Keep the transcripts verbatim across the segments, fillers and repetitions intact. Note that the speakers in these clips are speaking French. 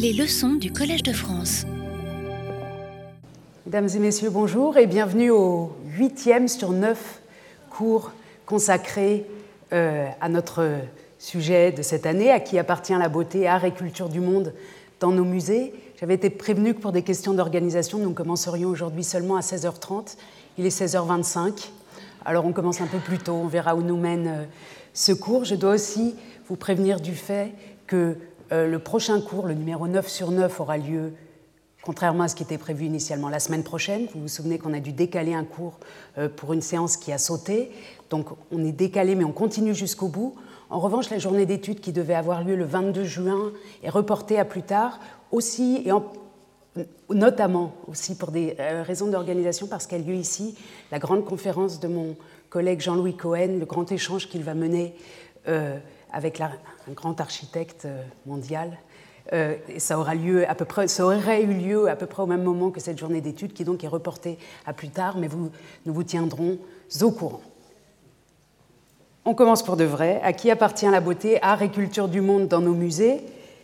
Les leçons du Collège de France. Mesdames et messieurs, bonjour et bienvenue au huitième sur neuf cours consacrés euh, à notre sujet de cette année, à qui appartient la beauté, art et culture du monde dans nos musées. J'avais été prévenue que pour des questions d'organisation, nous commencerions aujourd'hui seulement à seize heures trente. Il est seize heures vingt-cinq, alors on commence un peu plus tôt, on verra où nous mène euh, ce cours. Je dois aussi vous prévenir du fait que euh, le prochain cours, le numéro neuf sur neuf, aura lieu, contrairement à ce qui était prévu initialement, la semaine prochaine. Vous vous souvenez qu'on a dû décaler un cours euh, pour une séance qui a sauté, donc on est décalé mais on continue jusqu'au bout. En revanche, la journée d'études qui devait avoir lieu le vingt-deux juin est reportée à plus tard, aussi et en, notamment aussi pour des euh, raisons d'organisation, parce qu'a lieu ici la grande conférence de mon collègue Jean-Louis Cohen, le grand échange qu'il va mener euh, avec la, un grand architecte euh, mondial. Euh, et ça aura lieu à peu près, ça aurait eu lieu à peu près au même moment que cette journée d'études, qui donc est reportée à plus tard, mais vous, nous vous tiendrons au courant. On commence pour de vrai. À qui appartient la beauté, art et culture du monde dans nos musées?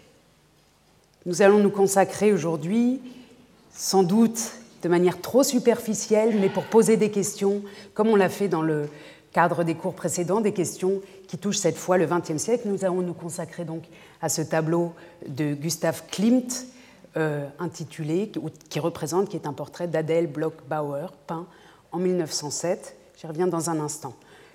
Nous allons nous consacrer aujourd'hui, sans doute de manière trop superficielle, mais pour poser des questions, comme on l'a fait dans le cadre des cours précédents, des questions qui touchent cette fois le vingtième siècle. Nous allons nous consacrer donc à ce tableau de Gustav Klimt, euh, intitulé, qui représente, qui est un portrait d'Adèle Bloch-Bauer, peint en mille neuf cent sept. J'y reviens dans un instant.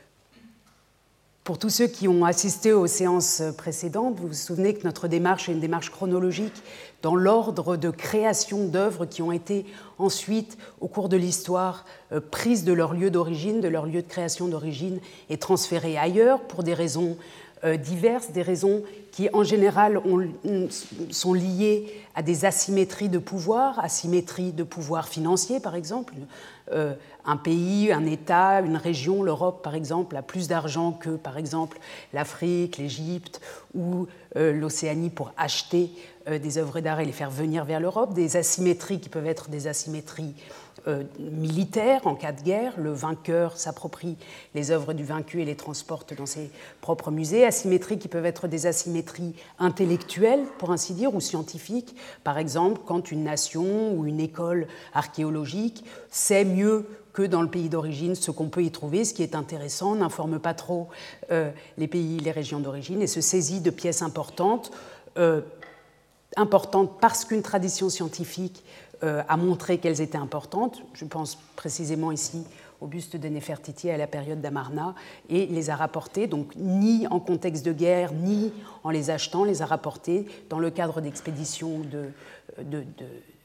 Pour tous ceux qui ont assisté aux séances précédentes, vous vous souvenez que notre démarche est une démarche chronologique dans l'ordre de création d'œuvres qui ont été ensuite, au cours de l'histoire, euh, prises de leur lieu d'origine, de leur lieu de création d'origine, et transférées ailleurs pour des raisons euh, diverses, des raisons qui en général ont, sont liées à des asymétries de pouvoir, asymétrie de pouvoir financier par exemple. Euh, un pays, un État, une région, l'Europe par exemple, a plus d'argent que par exemple l'Afrique, l'Égypte ou euh, l'Océanie pour acheter euh, des œuvres d'art et les faire venir vers l'Europe. Des asymétries qui peuvent être des asymétries euh, militaires en cas de guerre. Le vainqueur s'approprie les œuvres du vaincu et les transporte dans ses propres musées. Asymétries qui peuvent être des asymétries intellectuelles, pour ainsi dire, ou scientifiques. Par exemple, quand une nation ou une école archéologique sait mieux que dans le pays d'origine ce qu'on peut y trouver, ce qui est intéressant, n'informe pas trop euh, les pays, les régions d'origine, et se saisit de pièces importantes, euh, importantes parce qu'une tradition scientifique euh, a montré qu'elles étaient importantes. Je pense précisément ici au buste de Néfertiti à la période d'Amarna, et les a rapportées, donc ni en contexte de guerre, ni en les achetant, les a rapportées dans le cadre d'expéditions de, de, de,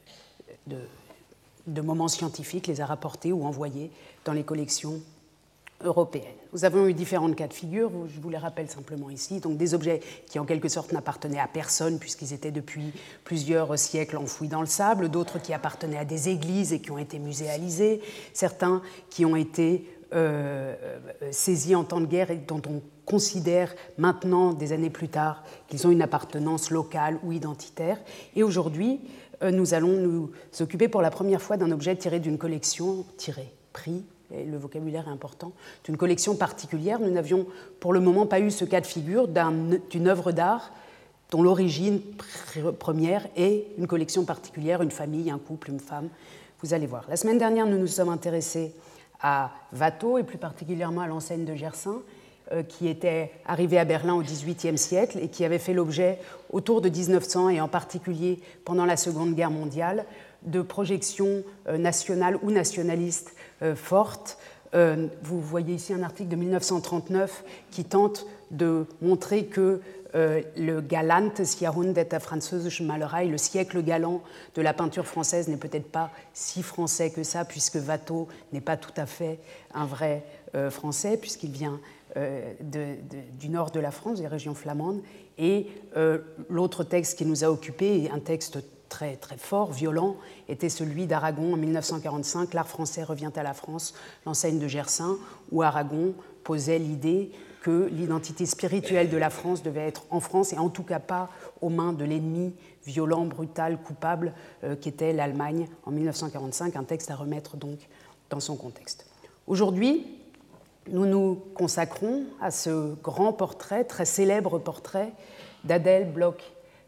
de de moments scientifiques, les a rapportés ou envoyés dans les collections européennes. Nous avons eu différents cas de figure, je vous les rappelle simplement ici, donc des objets qui en quelque sorte n'appartenaient à personne puisqu'ils étaient depuis plusieurs siècles enfouis dans le sable, d'autres qui appartenaient à des églises et qui ont été muséalisés, certains qui ont été euh, saisis en temps de guerre et dont on considère maintenant, des années plus tard, qu'ils ont une appartenance locale ou identitaire. Et aujourd'hui, nous allons nous occuper pour la première fois d'un objet tiré d'une collection, tiré, pris, et le vocabulaire est important, d'une collection particulière. Nous n'avions pour le moment pas eu ce cas de figure d'un, d'une œuvre d'art dont l'origine pr- première est une collection particulière, une famille, un couple, une femme. Vous allez voir. La semaine dernière, nous nous sommes intéressés à Watteau, et plus particulièrement à l'enseigne de Gersaint, qui était arrivé à Berlin au dix-huitième siècle et qui avait fait l'objet, autour de dix-neuf cents et en particulier pendant la Seconde Guerre mondiale, de projections nationales ou nationalistes fortes. Vous voyez ici un article de mille neuf cent trente-neuf qui tente de montrer que le galantes Jahrhundert der französischen Malerei, le siècle galant de la peinture française, n'est peut-être pas si français que ça, puisque Watteau n'est pas tout à fait un vrai français, puisqu'il vient Euh, de, de, du nord de la France, des régions flamandes, et euh, l'autre texte qui nous a occupés, un texte très, très fort, violent, était celui d'Aragon en mille neuf cent quarante-cinq, L'art français revient à la France, l'enseigne de Gersaint, où Aragon posait l'idée que l'identité spirituelle de la France devait être en France, et en tout cas pas aux mains de l'ennemi violent, brutal, coupable, euh, qu'était l'Allemagne en mille neuf cent quarante-cinq, un texte à remettre donc dans son contexte. Aujourd'hui, nous nous consacrons à ce grand portrait, très célèbre portrait d'Adèle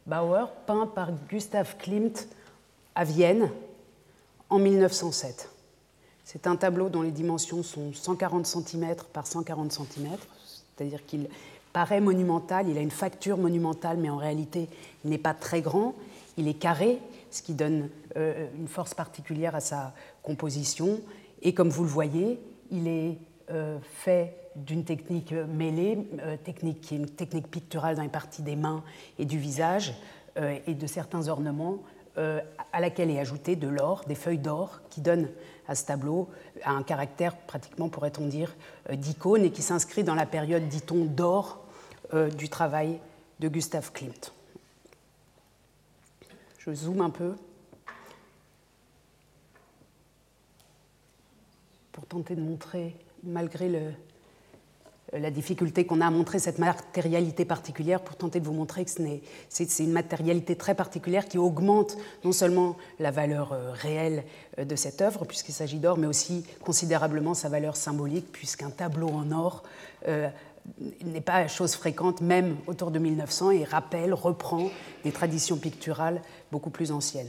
Bauer, peint par Gustav Klimt à Vienne en mille neuf cent sept. C'est un tableau dont les dimensions sont cent quarante centimètres par cent quarante centimètres, c'est-à-dire qu'il paraît monumental, il a une facture monumentale, mais en réalité, il n'est pas très grand, il est carré, ce qui donne euh, une force particulière à sa composition. Et comme vous le voyez, il est euh, fait d'une technique mêlée, euh, technique qui est une technique picturale dans les parties des mains et du visage, euh, et de certains ornements, euh, à laquelle est ajouté de l'or, des feuilles d'or, qui donnent à ce tableau un caractère, pratiquement pourrait-on dire, euh, d'icône, et qui s'inscrit dans la période, dit-on, d'or euh, du travail de Gustav Klimt. Je zoome un peu pour tenter de montrer, malgré le, la difficulté qu'on a à montrer cette matérialité particulière, pour tenter de vous montrer que ce n'est, c'est, c'est une matérialité très particulière qui augmente non seulement la valeur euh, réelle euh, de cette œuvre, puisqu'il s'agit d'or, mais aussi considérablement sa valeur symbolique, puisqu'un tableau en or euh, n'est pas chose fréquente, même autour de mille neuf cents, et rappelle, reprend des traditions picturales beaucoup plus anciennes.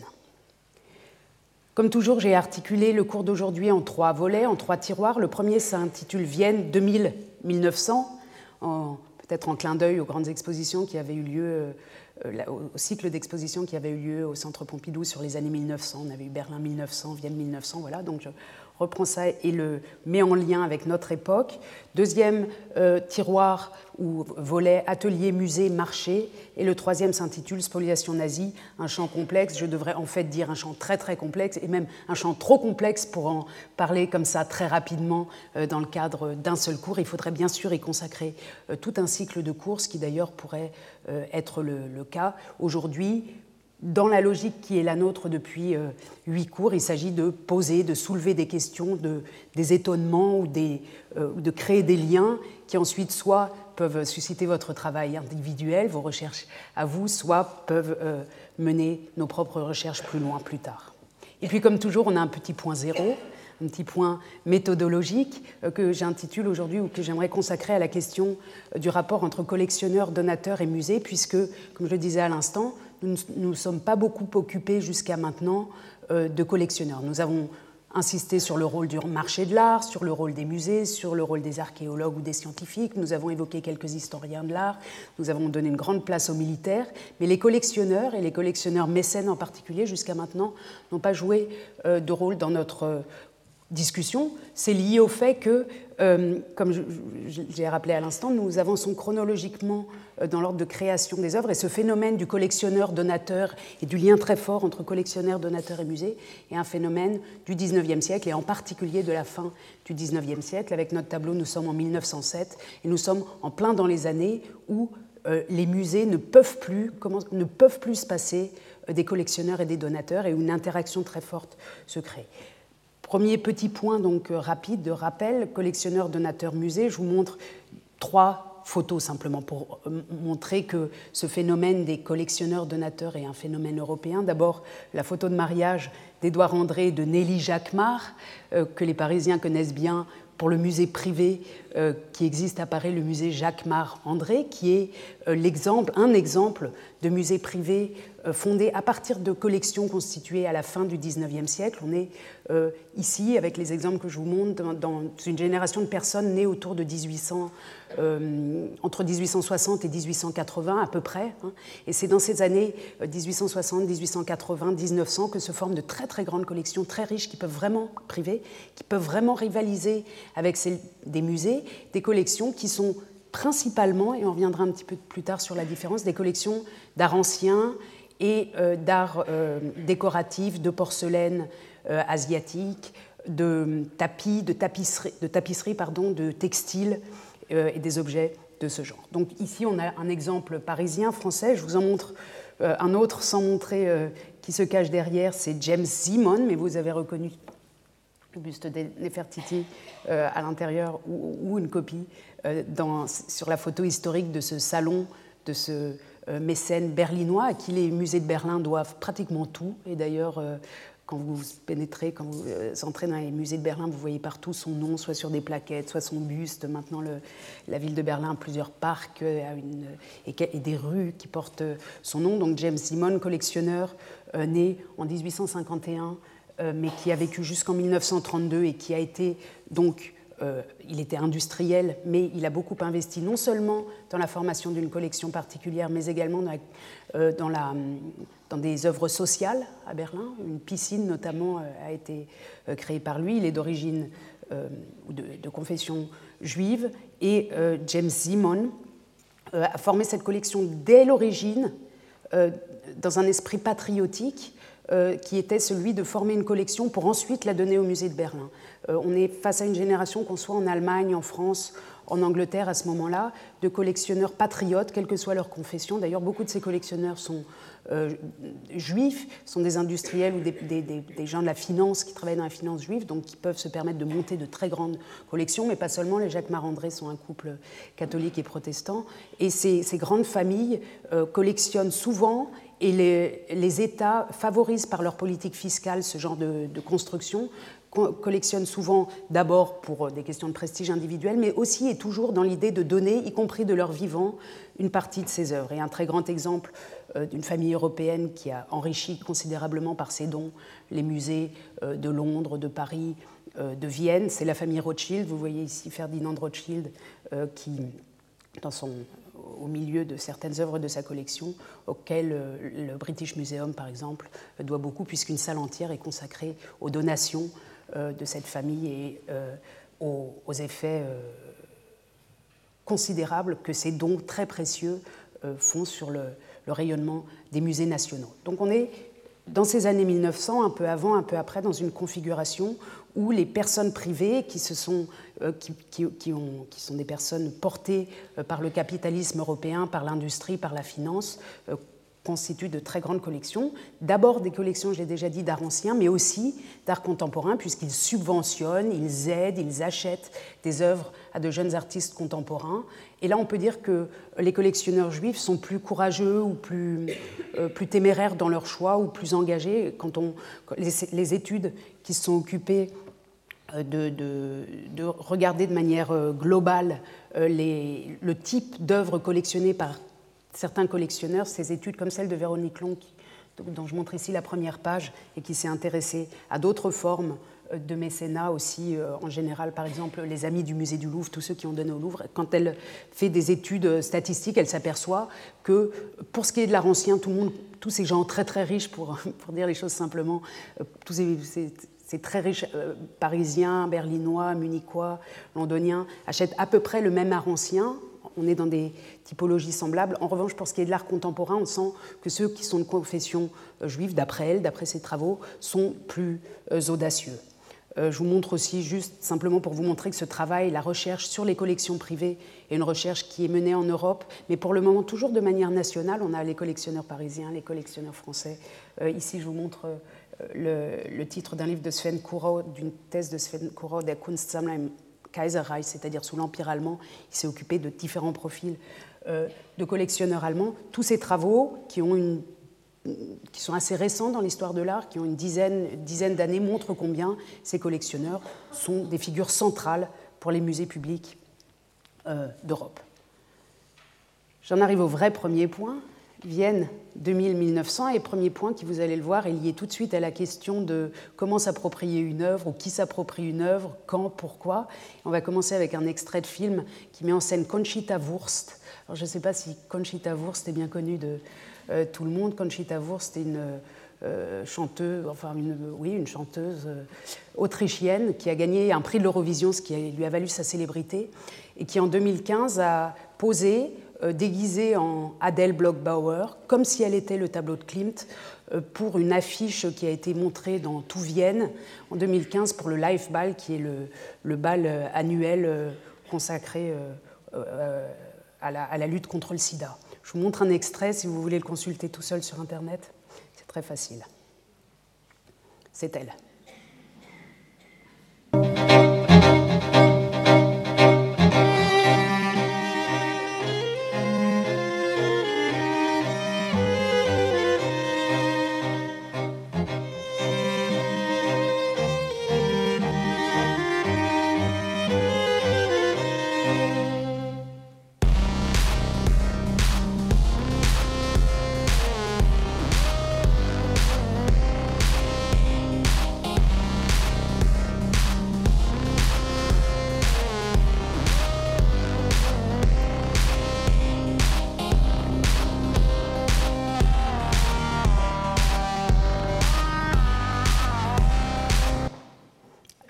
Comme toujours, j'ai articulé le cours d'aujourd'hui en trois volets, en trois tiroirs. Le premier s'intitule Vienne deux mille à mille neuf cents, en, peut-être en clin d'œil aux grandes expositions qui avaient eu lieu, euh, au cycle d'expositions qui avait eu lieu au Centre Pompidou sur les années mille neuf cents. On avait eu Berlin mille neuf cents, Vienne mille neuf cents, voilà, donc je reprends ça et le met en lien avec notre époque. Deuxième euh, tiroir ou volet atelier, musée, marché. Et le troisième s'intitule Spoliation nazie, un champ complexe. Je devrais en fait dire un champ très très complexe et même un champ trop complexe pour en parler comme ça très rapidement euh, dans le cadre d'un seul cours. Il faudrait bien sûr y consacrer euh, tout un cycle de cours, ce qui d'ailleurs pourrait euh, être le, le cas aujourd'hui. Dans la logique qui est la nôtre depuis euh, huit cours, il s'agit de poser, de soulever des questions, de, des étonnements ou des, euh, de créer des liens qui ensuite soit peuvent susciter votre travail individuel, vos recherches à vous, soit peuvent euh, mener nos propres recherches plus loin, plus tard. Et puis comme toujours, on a un petit point zéro, un petit point méthodologique euh, que j'intitule aujourd'hui ou que j'aimerais consacrer à la question euh, du rapport entre collectionneurs, donateurs et musées, puisque, comme je le disais à l'instant, nous ne nous sommes pas beaucoup occupés jusqu'à maintenant euh, de collectionneurs. Nous avons insisté sur le rôle du marché de l'art, sur le rôle des musées, sur le rôle des archéologues ou des scientifiques. Nous avons évoqué quelques historiens de l'art. Nous avons donné une grande place aux militaires. Mais les collectionneurs, et les collectionneurs mécènes en particulier, jusqu'à maintenant, n'ont pas joué euh, de rôle dans notre euh, discussion. C'est lié au fait que, euh, comme je, je, j'ai rappelé à l'instant, nous avançons chronologiquement euh, dans l'ordre de création des œuvres, et ce phénomène du collectionneur-donateur et du lien très fort entre collectionneur, donateur et musée est un phénomène du dix-neuvième siècle, et en particulier de la fin du dix-neuvième siècle. Avec notre tableau, nous sommes en mille neuf cent sept, et nous sommes en plein dans les années où euh, les musées ne peuvent plus, comment, ne peuvent plus se passer euh, des collectionneurs et des donateurs, et où une interaction très forte se crée. Premier petit point donc rapide de rappel, collectionneur, donateur, musée. Je vous montre trois photos simplement pour montrer que ce phénomène des collectionneurs, donateurs est un phénomène européen. D'abord, la photo de mariage d'Édouard André et de Nelly Jacquemart, euh, que les Parisiens connaissent bien pour le musée privé euh, qui existe à Paris, le musée Jacquemart-André, qui est euh, l'exemple, un exemple de musée privé euh, fondé à partir de collections constituées à la fin du dix-neuvième siècle. On est euh, ici, avec les exemples que je vous montre, dans, dans une génération de personnes nées autour de dix-huit cents, euh, entre dix-huit cent soixante et dix-huit cent quatre-vingts à peu près. Hein, et c'est dans ces années euh, dix-huit cent soixante, dix-huit cent quatre-vingts, dix-neuf cents que se forment de très très grandes collections, très riches, qui peuvent vraiment, privées, qui peuvent vraiment rivaliser avec celles des musées, des collections qui sont principalement, et on reviendra un petit peu plus tard sur la différence, des collections d'art ancien et euh, d'art euh, décoratif, de porcelaine euh, asiatique, de tapis, de tapisserie, de, tapisserie, pardon, de textiles euh, et des objets de ce genre. Donc ici, on a un exemple parisien, français. Je vous en montre euh, un autre sans montrer euh, qui se cache derrière. C'est James Simon, mais vous avez reconnu le buste de Nefertiti euh, à l'intérieur ou, ou une copie euh, dans, sur la photo historique de ce salon, de ce euh, mécène berlinois à qui les musées de Berlin doivent pratiquement tout. Et d'ailleurs, euh, quand vous pénétrez, quand vous entrez dans les musées de Berlin, vous voyez partout son nom, soit sur des plaquettes, soit son buste. Maintenant, le, la ville de Berlin a plusieurs parcs a une, et, et des rues qui portent son nom. Donc James Simon, collectionneur, euh, né en dix-huit cent cinquante et un, euh, mais qui a vécu jusqu'en mille neuf cent trente-deux et qui a été donc... Euh, il était industriel, mais il a beaucoup investi non seulement dans la formation d'une collection particulière, mais également dans, la, euh, dans, la, dans des œuvres sociales à Berlin. Une piscine, notamment, euh, a été euh, créée par lui. Il est d'origine euh, de, de confession juive. Et euh, James Simon euh, a formé cette collection dès l'origine, euh, dans un esprit patriotique, Euh, qui était celui de former une collection pour ensuite la donner au musée de Berlin. Euh, on est face à une génération, qu'on soit en Allemagne, en France, en Angleterre à ce moment-là, de collectionneurs patriotes, quelle que soit leur confession. D'ailleurs, beaucoup de ces collectionneurs sont euh, juifs, sont des industriels ou des, des, des, des gens de la finance qui travaillent dans la finance juive, donc qui peuvent se permettre de monter de très grandes collections, mais pas seulement. Les Jacques Marandré sont un couple catholique et protestant. Et ces, ces grandes familles euh, collectionnent souvent, et les, les États favorisent par leur politique fiscale ce genre de, de construction, co- collectionnent souvent d'abord pour des questions de prestige individuel, mais aussi et toujours dans l'idée de donner, y compris de leur vivant, une partie de ces œuvres. Et un très grand exemple euh, d'une famille européenne qui a enrichi considérablement par ses dons les musées euh, de Londres, de Paris, euh, de Vienne, c'est la famille Rothschild. Vous voyez ici Ferdinand Rothschild euh, qui, dans son... au milieu de certaines œuvres de sa collection, auxquelles le British Museum, par exemple, doit beaucoup, puisqu'une salle entière est consacrée aux donations de cette famille et aux, aux effets considérables que ces dons très précieux font sur le, le rayonnement des musées nationaux. Donc on est dans ces années mille neuf cents, un peu avant, un peu après, dans une configuration où les personnes privées, qui, se sont, euh, qui, qui, qui, ont, qui sont des personnes portées euh, par le capitalisme européen, par l'industrie, par la finance, euh, constituent de très grandes collections. D'abord des collections, j'ai déjà dit, d'art ancien, mais aussi d'art contemporain, puisqu'ils subventionnent, ils aident, ils achètent des œuvres à de jeunes artistes contemporains. Et là, on peut dire que les collectionneurs juifs sont plus courageux ou plus, euh, plus téméraires dans leur choix ou plus engagés. Quand on, les, les études qui se sont occupées de, de, de regarder de manière globale les, le type d'œuvres collectionnées par certains collectionneurs, ces études comme celle de Véronique Long, qui, dont je montre ici la première page, et qui s'est intéressée à d'autres formes de mécénat aussi, en général, par exemple, les amis du musée du Louvre, tous ceux qui ont donné au Louvre. Quand elle fait des études statistiques, elle s'aperçoit que, pour ce qui est de l'art ancien, tout le monde, tous ces gens très très riches, pour, pour dire les choses simplement, tous ces, ces, ces très riches euh, parisiens, berlinois, munichois, londoniens, achètent à peu près le même art ancien. On est dans des typologies semblables. En revanche, pour ce qui est de l'art contemporain, on sent que ceux qui sont de confession juive, d'après elle, d'après ses travaux, sont plus euh, audacieux. Euh, je vous montre aussi, juste simplement pour vous montrer que ce travail, la recherche sur les collections privées, est une recherche qui est menée en Europe, mais pour le moment toujours de manière nationale. On a les collectionneurs parisiens, les collectionneurs français. Euh, ici, je vous montre euh, le, le titre d'un livre de Sven Kurau, d'une thèse de Sven Kurau, Der Kunstsammler im Kaiserreich, c'est-à-dire sous l'Empire allemand. Il s'est occupé de différents profils euh, de collectionneurs allemands. Tous ces travaux, qui, ont une, qui sont assez récents dans l'histoire de l'art, qui ont une dizaine, dizaine d'années, montrent combien ces collectionneurs sont des figures centrales pour les musées publics euh, d'Europe. J'en arrive au vrai premier point. Vienne deux mille à mille neuf cents, et premier point qui, vous allez le voir, est lié tout de suite à la question de comment s'approprier une œuvre, ou qui s'approprie une œuvre, quand, pourquoi. On va commencer avec un extrait de film qui met en scène Conchita Wurst. Alors, je ne sais pas si Conchita Wurst est bien connue de euh, tout le monde. Conchita Wurst est une euh, chanteuse, enfin une, oui, une chanteuse euh, autrichienne qui a gagné un prix de l'Eurovision, ce qui lui a valu sa célébrité, et qui en deux mille quinze a posé déguisée en Adele Bloch-Bauer, comme si elle était le tableau de Klimt, pour une affiche qui a été montrée dans tout Vienne en deux mille quinze pour le Live Ball, qui est le, le bal annuel consacré à la, à la lutte contre le sida. Je vous montre un extrait, si vous voulez le consulter tout seul sur Internet, c'est très facile. C'est elle.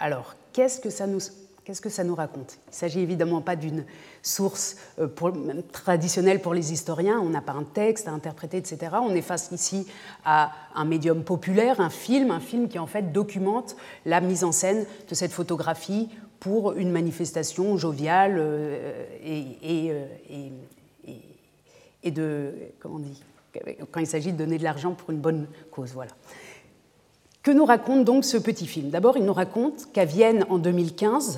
alors, qu'est-ce que ça nous, qu'est-ce que ça nous raconte? Il ne s'agit évidemment pas d'une source euh, pour, traditionnelle pour les historiens, on n'a pas un texte à interpréter, et cetera. On est face ici à un médium populaire, un film, un film qui en fait documente la mise en scène de cette photographie pour une manifestation joviale euh, et, et, et, et, et de, comment on dit, quand il s'agit de donner de l'argent pour une bonne cause, voilà. Que nous raconte donc ce petit film? D'abord, il nous raconte qu'à Vienne, en deux mille quinze,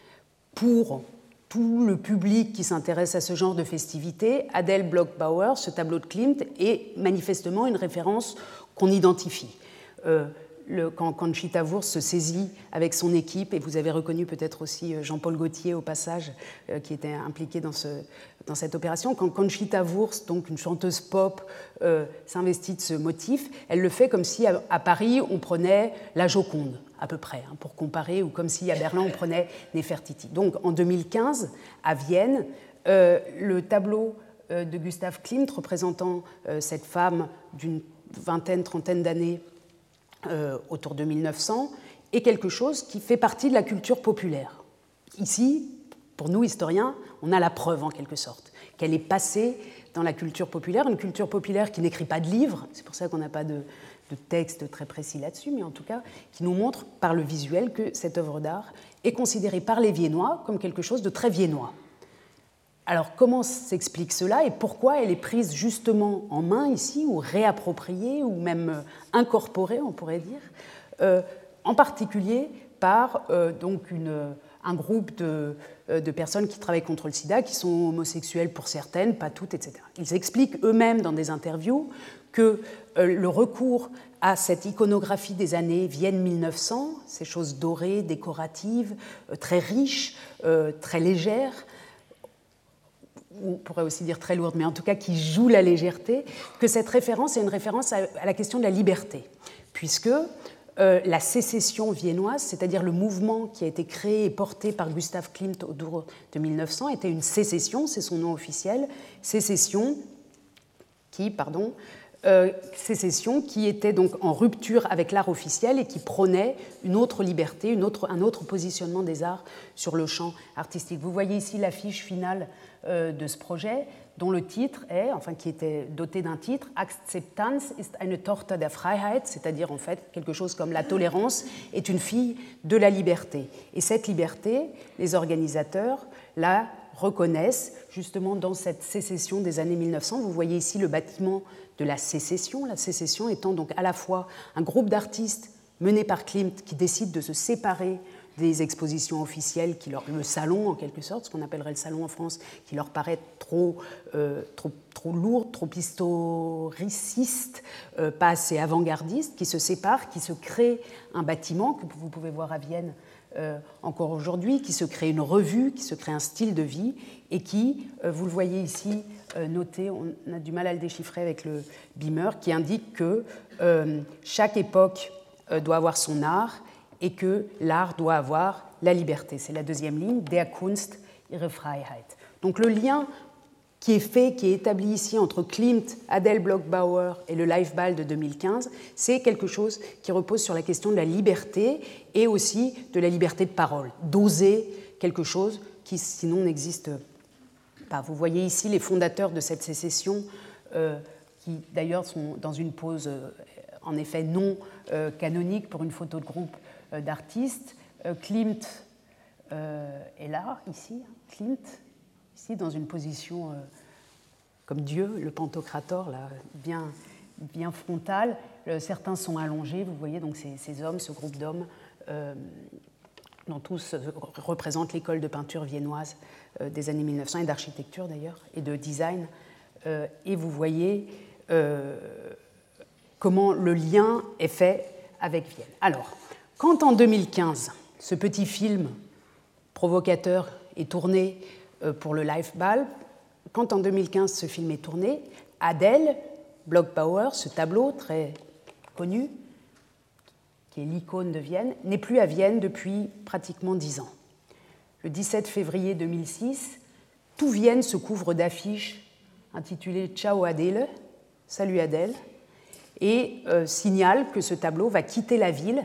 pour tout le public qui s'intéresse à ce genre de festivités, Adele Bloch-Bauer, ce tableau de Klimt, est manifestement une référence qu'on identifie. Euh, le, quand Conchita Wurst se saisit avec son équipe, et vous avez reconnu peut-être aussi Jean-Paul Gaultier au passage, euh, qui était impliqué dans, ce, dans cette opération, quand Conchita Wurst, donc une chanteuse pop, euh, s'investit de ce motif, elle le fait comme si à, à Paris on prenait la Joconde, à peu près, hein, pour comparer, ou comme si à Berlin on prenait Néfertiti. Donc en deux mille quinze, à Vienne, euh, le tableau euh, de Gustav Klimt représentant euh, cette femme d'une vingtaine, trentaine d'années, Euh, autour de mille neuf cents, est quelque chose qui fait partie de la culture populaire. Ici, pour nous historiens, on a la preuve en quelque sorte qu'elle est passée dans la culture populaire, une culture populaire qui n'écrit pas de livres, c'est pour ça qu'on n'a pas de, de texte très précis là-dessus, mais en tout cas qui nous montre par le visuel que cette œuvre d'art est considérée par les Viennois comme quelque chose de très viennois. Alors, comment s'explique cela et pourquoi elle est prise justement en main ici, ou réappropriée, ou même incorporée, on pourrait dire, euh, en particulier par euh, donc une, un groupe de, de personnes qui travaillent contre le sida, qui sont homosexuelles pour certaines, pas toutes, et cetera. Ils expliquent eux-mêmes dans des interviews que euh, le recours à cette iconographie des années Vienne mille neuf cents, ces choses dorées, décoratives, euh, très riches, euh, très légères, on pourrait aussi dire très lourde, mais en tout cas qui joue la légèreté, que cette référence est une référence à, à la question de la liberté, puisque euh, la sécession viennoise, c'est-à-dire le mouvement qui a été créé et porté par Gustav Klimt autour de mille neuf cents, était une sécession, c'est son nom officiel, sécession qui, pardon, euh, sécession qui était donc en rupture avec l'art officiel et qui prônait une autre liberté, une autre, un autre positionnement des arts sur le champ artistique. Vous voyez ici l'affiche finale de ce projet, dont le titre est, enfin qui était doté d'un titre, Akzeptanz ist eine Tochter der Freiheit, c'est-à-dire en fait quelque chose comme la tolérance est une fille de la liberté. Et cette liberté, les organisateurs la reconnaissent justement dans cette sécession des années mille neuf cents. Vous voyez ici le bâtiment de la sécession, la sécession étant donc à la fois un groupe d'artistes mené par Klimt qui décide de se séparer des expositions officielles, qui leur, le salon en quelque sorte, ce qu'on appellerait le salon en France, qui leur paraît trop, euh, trop, trop lourd, trop historiciste, euh, pas assez avant-gardiste, qui se séparent, qui se crée un bâtiment que vous pouvez voir à Vienne euh, encore aujourd'hui, qui se crée une revue, qui se crée un style de vie et qui, euh, vous le voyez ici euh, noté, on a du mal à le déchiffrer avec le beamer, qui indique que euh, chaque époque euh, doit avoir son art et que l'art doit avoir la liberté. C'est la deuxième ligne, der Kunst ihre Freiheit. Donc le lien qui est fait, qui est établi ici entre Klimt, Adele Bloch-Bauer et le Live Ball de deux mille quinze, c'est quelque chose qui repose sur la question de la liberté et aussi de la liberté de parole, d'oser quelque chose qui sinon n'existe pas. Vous voyez ici les fondateurs de cette sécession euh, qui d'ailleurs sont dans une pose euh, en effet non euh, canonique pour une photo de groupe d'artistes. Klimt euh, est là, ici, Klimt, ici, dans une position euh, comme Dieu, le Pantocrator, là, bien, bien frontale. Euh, certains sont allongés, vous voyez, donc ces, ces hommes, ce groupe d'hommes, euh, dont tous représentent l'école de peinture viennoise euh, des années mille neuf cents, et d'architecture d'ailleurs, et de design. Euh, et vous voyez euh, comment le lien est fait avec Vienne. Alors, quand en deux mille quinze, ce petit film provocateur est tourné pour le Live Ball, quand en deux mille quinze ce film est tourné, Adele Bloch-Bauer, ce tableau très connu, qui est l'icône de Vienne, n'est plus à Vienne depuis pratiquement dix ans. Le dix-sept février deux mille six, tout Vienne se couvre d'affiches intitulées Ciao Adele, Salut Adèle, et euh, signale que ce tableau va quitter la ville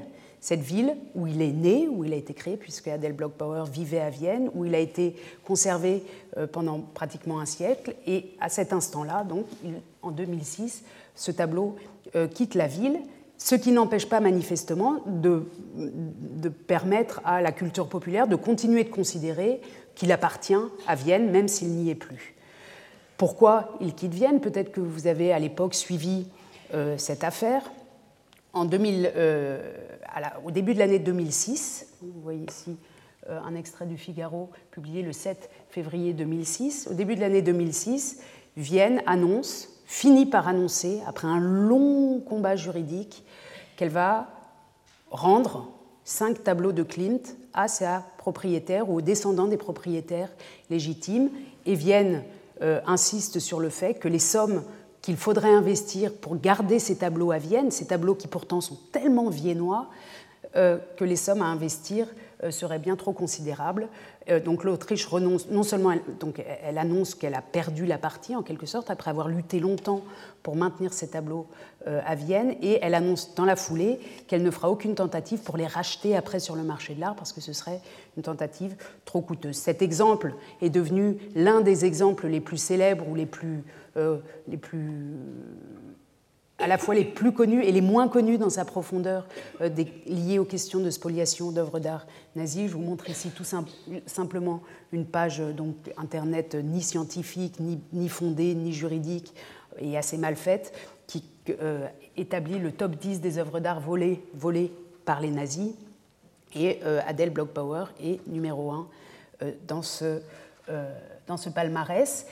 cette ville où il est né, où il a été créé, puisque Adel Bloch-Bauer vivait à Vienne, où il a été conservé pendant pratiquement un siècle. Et à cet instant-là, donc, il, en deux mille six, ce tableau euh, quitte la ville, ce qui n'empêche pas manifestement de, de permettre à la culture populaire de continuer de considérer qu'il appartient à Vienne, même s'il n'y est plus. Pourquoi il quitte Vienne? Peut-être que vous avez à l'époque suivi euh, cette affaire. En deux mille, euh, à la, au début de l'année deux mille six, vous voyez ici euh, un extrait du Figaro publié le sept février deux mille six, au début de l'année deux mille six, Vienne annonce, finit par annoncer, après un long combat juridique, qu'elle va rendre cinq tableaux de Klimt à sa propriétaire ou aux descendants des propriétaires légitimes, et Vienne euh, insiste sur le fait que les sommes qu'il faudrait investir pour garder ces tableaux à Vienne, ces tableaux qui pourtant sont tellement viennois, euh, que les sommes à investir euh, seraient bien trop considérables. Euh, donc l'Autriche renonce, non seulement elle, donc elle annonce qu'elle a perdu la partie en quelque sorte, après avoir lutté longtemps pour maintenir ces tableaux euh, à Vienne, et elle annonce dans la foulée qu'elle ne fera aucune tentative pour les racheter après sur le marché de l'art, parce que ce serait une tentative trop coûteuse. Cet exemple est devenu l'un des exemples les plus célèbres ou les plus Euh, les plus, à la fois les plus connus et les moins connus dans sa profondeur euh, des, liés aux questions de spoliation d'œuvres d'art nazies. Je vous montre ici tout sim- simplement une page euh, donc, internet ni scientifique, ni, ni fondée, ni juridique, et assez mal faite, qui euh, établit le top dix des œuvres d'art volées, volées par les nazis. Et euh, Adel Bloch-Bauer est numéro un euh, dans, ce, euh, dans ce palmarès.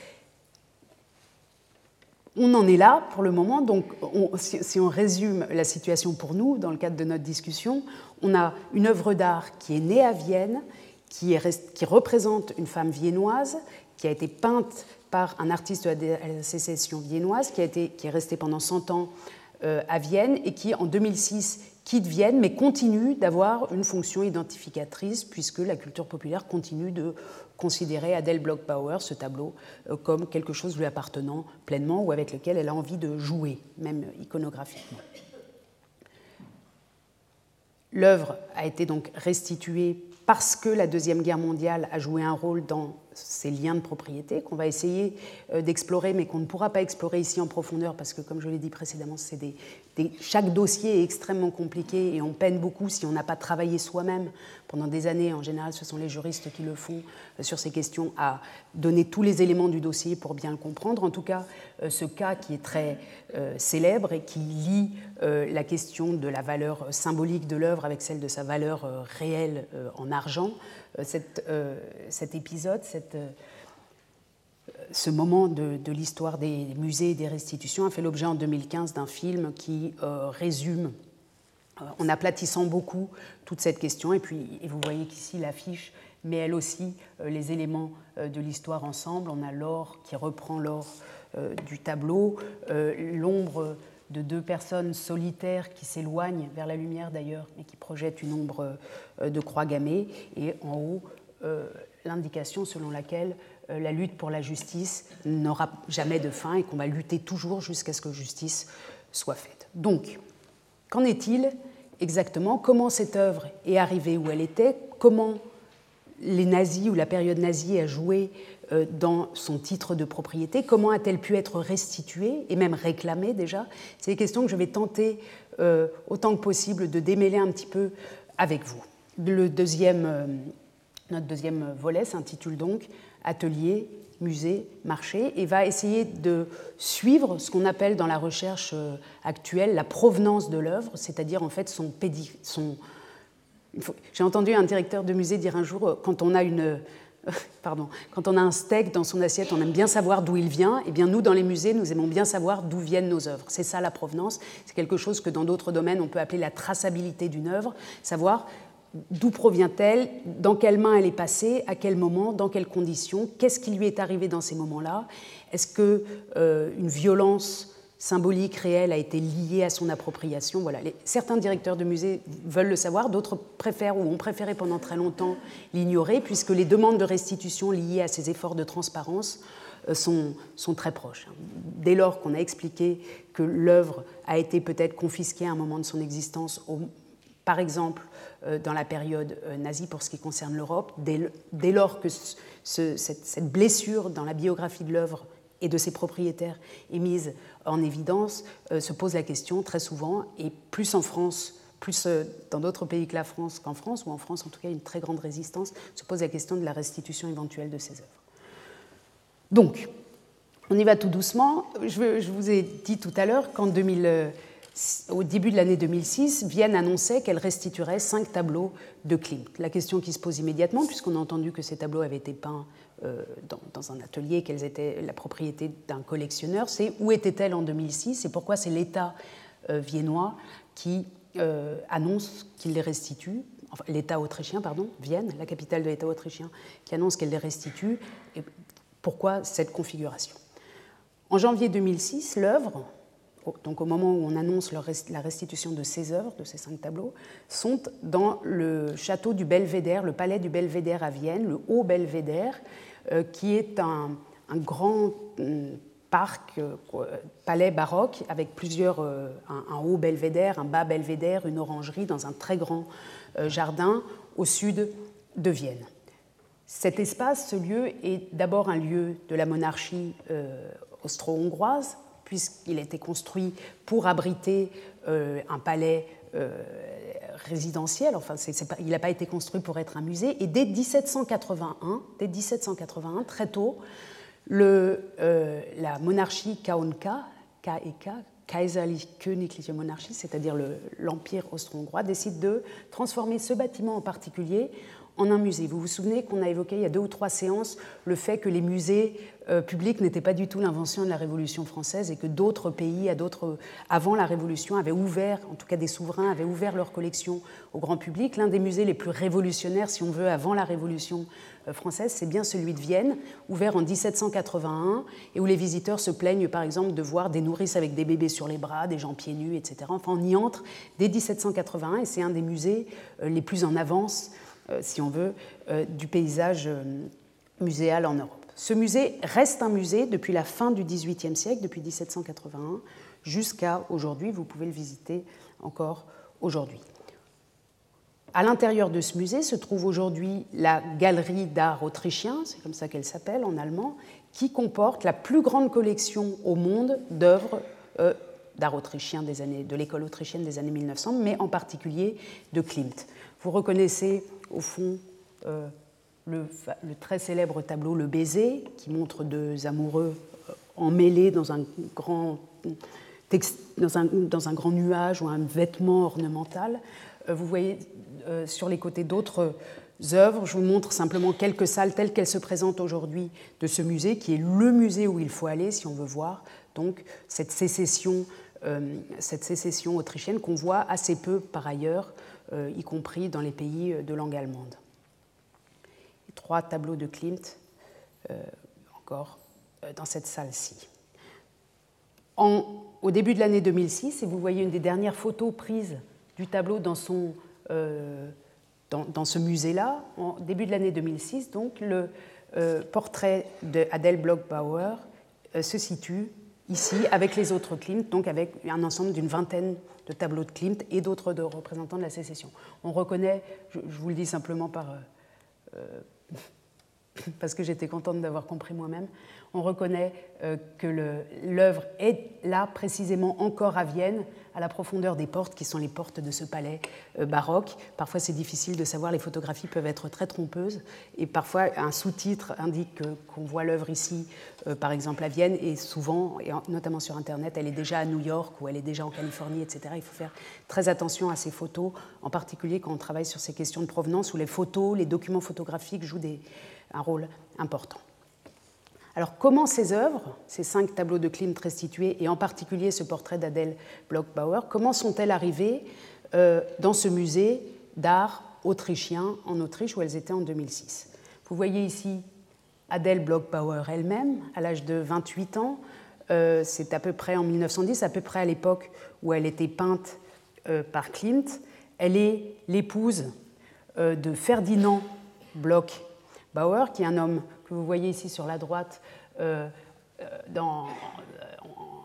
On en est là pour le moment, donc on, si, si on résume la situation pour nous dans le cadre de notre discussion, on a une œuvre d'art qui est née à Vienne, qui, est, qui représente une femme viennoise, qui a été peinte par un artiste de la sécession viennoise, qui, a été, qui est resté pendant cent ans euh, à Vienne et qui en deux mille six quitte Vienne, mais continue d'avoir une fonction identificatrice puisque la culture populaire continue de considérer Adel Bloch-Bauer, ce tableau, comme quelque chose lui appartenant pleinement ou avec lequel elle a envie de jouer, même iconographiquement. L'œuvre a été donc restituée parce que la Deuxième Guerre mondiale a joué un rôle dans ces liens de propriété qu'on va essayer d'explorer, mais qu'on ne pourra pas explorer ici en profondeur parce que, comme je l'ai dit précédemment, c'est des, des, chaque dossier est extrêmement compliqué et on peine beaucoup si on n'a pas travaillé soi-même pendant des années. En général, ce sont les juristes qui le font sur ces questions, à donner tous les éléments du dossier pour bien le comprendre. En tout cas, ce cas qui est très euh, célèbre et qui lie euh, la question de la valeur symbolique de l'œuvre avec celle de sa valeur euh, réelle euh, en argent, euh, cette, euh, cet épisode, cette, euh, ce moment de, de l'histoire des musées et des restitutions a fait l'objet en deux mille quinze d'un film qui euh, résume, euh, en aplatissant beaucoup, toute cette question. Et puis, et vous voyez qu'ici l'affiche met elle aussi euh, les éléments euh, de l'histoire ensemble. On a l'or qui reprend l'or euh, du tableau, euh, l'ombre de deux personnes solitaires qui s'éloignent vers la lumière d'ailleurs, et qui projettent une ombre euh, de croix gammée, et en haut, euh, l'indication selon laquelle euh, la lutte pour la justice n'aura jamais de fin et qu'on va lutter toujours jusqu'à ce que justice soit faite. Donc, qu'en est-il exactement? Comment cette œuvre est arrivée où elle était? Comment les nazis ou la période nazie a joué euh, dans son titre de propriété? Comment a-t-elle pu être restituée et même réclamée déjà? C'est des questions que je vais tenter euh, autant que possible de démêler un petit peu avec vous. Le deuxième, euh, notre deuxième volet s'intitule donc « Atelier, musée, marché » et va essayer de suivre ce qu'on appelle dans la recherche euh, actuelle la provenance de l'œuvre, c'est-à-dire en fait son pédi, son J'ai entendu un directeur de musée dire un jour, quand on a une, pardon, quand on a un steak dans son assiette, on aime bien savoir d'où il vient. Eh bien, nous, dans les musées, nous aimons bien savoir d'où viennent nos œuvres. C'est ça la provenance. C'est quelque chose que dans d'autres domaines, on peut appeler la traçabilité d'une œuvre, savoir d'où provient-elle, dans quelles mains elle est passée, à quel moment, dans quelles conditions, qu'est-ce qui lui est arrivé dans ces moments-là. Est-ce qu'une euh, violence symbolique réelle a été liée à son appropriation. Voilà. Les, certains directeurs de musées veulent le savoir, d'autres préfèrent ou ont préféré pendant très longtemps l'ignorer, puisque les demandes de restitution liées à ces efforts de transparence euh, sont, sont très proches. Dès lors qu'on a expliqué que l'œuvre a été peut-être confisquée à un moment de son existence au, par exemple dans la période nazie pour ce qui concerne l'Europe, dès, dès lors que ce, cette, cette blessure dans la biographie de l'œuvre et de ses propriétaires est mise en évidence, euh, se pose la question très souvent, et plus en France, plus euh, dans d'autres pays que la France qu'en France, ou en France en tout cas une très grande résistance, se pose la question de la restitution éventuelle de ces œuvres. Donc, on y va tout doucement. Je, je vous ai dit tout à l'heure qu'en deux mille, euh, au début de l'année deux mille six, Vienne annonçait qu'elle restituerait cinq tableaux de Klimt. La question qui se pose immédiatement, puisqu'on a entendu que ces tableaux avaient été peints euh, dans, dans un atelier, qu'elles étaient la propriété d'un collectionneur, c'est où étaient-elles en deux mille six et pourquoi c'est l'État euh, viennois qui euh, annonce qu'il les restitue, enfin l'État autrichien, pardon, Vienne, la capitale de l'État autrichien, qui annonce qu'elle les restitue, et pourquoi cette configuration. En janvier deux mille six, l'œuvre, donc au moment où on annonce la restitution de ces œuvres, de ces cinq tableaux, sont dans le château du Belvédère, le palais du Belvédère à Vienne, le Haut Belvédère, euh, qui est un, un grand euh, parc, euh, palais baroque, avec plusieurs, euh, un, un haut Belvédère, un bas Belvédère, une orangerie, dans un très grand euh, jardin au sud de Vienne. Cet espace, ce lieu, est d'abord un lieu de la monarchie euh, austro-hongroise, puisqu'il a été construit pour abriter euh, un palais euh, résidentiel. Enfin, c'est, c'est pas, il n'a pas été construit pour être un musée. Et dès dix-sept cent quatre-vingt-un, dès dix-sept cent quatre-vingt-un, très tôt, le, euh, la monarchie K und K, K et K, Kaiserlich Königliche Monarchie, c'est-à-dire le, l'Empire austro-hongrois, décide de transformer ce bâtiment en particulier en un musée. Vous vous souvenez qu'on a évoqué il y a deux ou trois séances le fait que les musées euh, publics n'étaient pas du tout l'invention de la Révolution française et que d'autres pays, à d'autres, avant la Révolution, avaient ouvert, en tout cas des souverains, avaient ouvert leurs collections au grand public. L'un des musées les plus révolutionnaires, si on veut, avant la Révolution euh, française, c'est bien celui de Vienne, ouvert en dix-sept cent quatre-vingt-un et où les visiteurs se plaignent, par exemple, de voir des nourrices avec des bébés sur les bras, des gens pieds nus, et cetera. Enfin, on y entre dès dix-sept cent quatre-vingt-un et c'est un des musées euh, les plus en avance, si on veut, du paysage muséal en Europe. Ce musée reste un musée depuis la fin du dix-huitième siècle, depuis dix-sept cent quatre-vingt-un, jusqu'à aujourd'hui. Vous pouvez le visiter encore aujourd'hui. À l'intérieur de ce musée se trouve aujourd'hui la Galerie d'art autrichien, c'est comme ça qu'elle s'appelle en allemand, qui comporte la plus grande collection au monde d'œuvres euh, d'art autrichien des années, de l'école autrichienne des années mille neuf cents, mais en particulier de Klimt. Vous reconnaissez au fond euh, le, le très célèbre tableau Le Baiser, qui montre deux amoureux euh, emmêlés dans un, grand texte, dans, un, dans un grand nuage ou un vêtement ornemental. Euh, vous voyez euh, sur les côtés d'autres œuvres, je vous montre simplement quelques salles telles qu'elles se présentent aujourd'hui de ce musée, qui est le musée où il faut aller si on veut voir donc, cette sécession, euh, cette sécession autrichienne qu'on voit assez peu par ailleurs, Euh, y compris dans les pays de langue allemande. Trois tableaux de Klimt, euh, encore euh, dans cette salle-ci. En, au début de l'année deux mille six, et vous voyez une des dernières photos prises du tableau dans, son, euh, dans, dans ce musée-là, en début de l'année deux mille six, donc, le euh, portrait d'Adèle Bloch-Bauer euh, se situe ici avec les autres Klimt, donc avec un ensemble d'une vingtaine de tableaux de Klimt et d'autres de représentants de la sécession. On reconnaît, je, je vous le dis simplement par, euh, parce que j'étais contente d'avoir compris moi-même, on reconnaît euh, que le, l'œuvre est là précisément encore à Vienne, à la profondeur des portes qui sont les portes de ce palais euh, baroque. Parfois c'est difficile de savoir, les photographies peuvent être très trompeuses et parfois un sous-titre indique que, qu'on voit l'œuvre ici, euh, par exemple à Vienne, et souvent, et notamment sur Internet, elle est déjà à New York ou elle est déjà en Californie, et cetera. Il faut faire très attention à ces photos, en particulier quand on travaille sur ces questions de provenance où les photos, les documents photographiques jouent des, un rôle important. Alors, comment ces œuvres, ces cinq tableaux de Klimt restitués, et en particulier ce portrait d'Adèle Bloch-Bauer, comment sont-elles arrivées euh, dans ce musée d'art autrichien en Autriche où elles étaient en deux mille six? Vous voyez ici Adèle Bloch-Bauer elle-même, à l'âge de vingt-huit ans. Euh, c'est à peu près en mille neuf cent dix, à peu près à l'époque où elle était peinte euh, par Klimt. Elle est l'épouse euh, de Ferdinand Bloch-Bauer, qui est un homme que vous voyez ici sur la droite, euh, dans,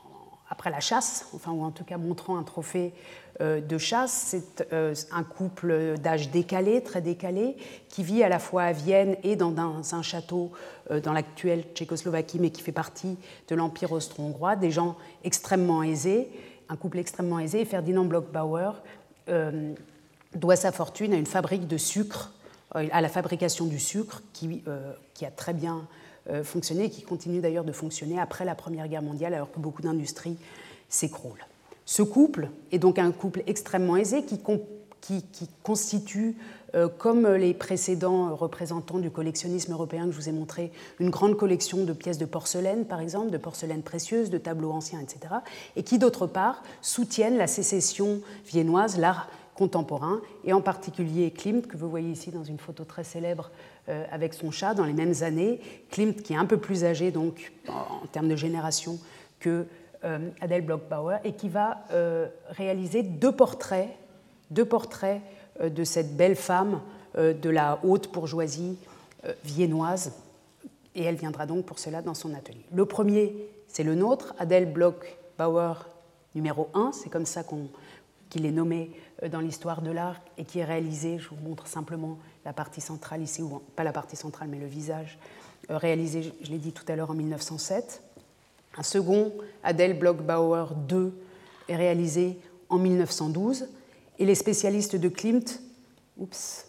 après la chasse, enfin, ou en tout cas montrant un trophée euh, de chasse. C'est euh, un couple d'âge décalé, très décalé, qui vit à la fois à Vienne et dans un, un château euh, dans l'actuelle Tchécoslovaquie, mais qui fait partie de l'Empire austro-hongrois, des gens extrêmement aisés, un couple extrêmement aisé. Et Ferdinand Bloch-Bauer euh, doit sa fortune à une fabrique de sucre, euh, à la fabrication du sucre, qui, euh, qui a très bien euh, fonctionné et qui continue d'ailleurs de fonctionner après la Première Guerre mondiale, alors que beaucoup d'industries s'écroulent. Ce couple est donc un couple extrêmement aisé qui, qui, qui constitue, euh, comme les précédents représentants du collectionnisme européen que je vous ai montré, une grande collection de pièces de porcelaine, par exemple, de porcelaine précieuse, de tableaux anciens, et cetera, et qui, d'autre part, soutiennent la sécession viennoise, l'art contemporain, et en particulier Klimt, que vous voyez ici dans une photo très célèbre euh, avec son chat, dans les mêmes années. Klimt, qui est un peu plus âgé, donc, en, en termes de génération, que euh, Adele Bloch-Bauer, et qui va euh, réaliser deux portraits, deux portraits euh, de cette belle femme euh, de la haute bourgeoisie euh, viennoise, et elle viendra donc pour cela dans son atelier. Le premier, c'est le nôtre, Adele Bloch-Bauer numéro un, c'est comme ça qu'on, qu'il est nommé dans l'histoire de l'art et qui est réalisé, je vous montre simplement la partie centrale ici, ou pas la partie centrale mais le visage, euh, réalisé, je l'ai dit tout à l'heure, en mille neuf cent sept. Un second, Adele Bloch-Bauer deux, est réalisé en mille neuf cent douze. Et les spécialistes de Klimt, oups,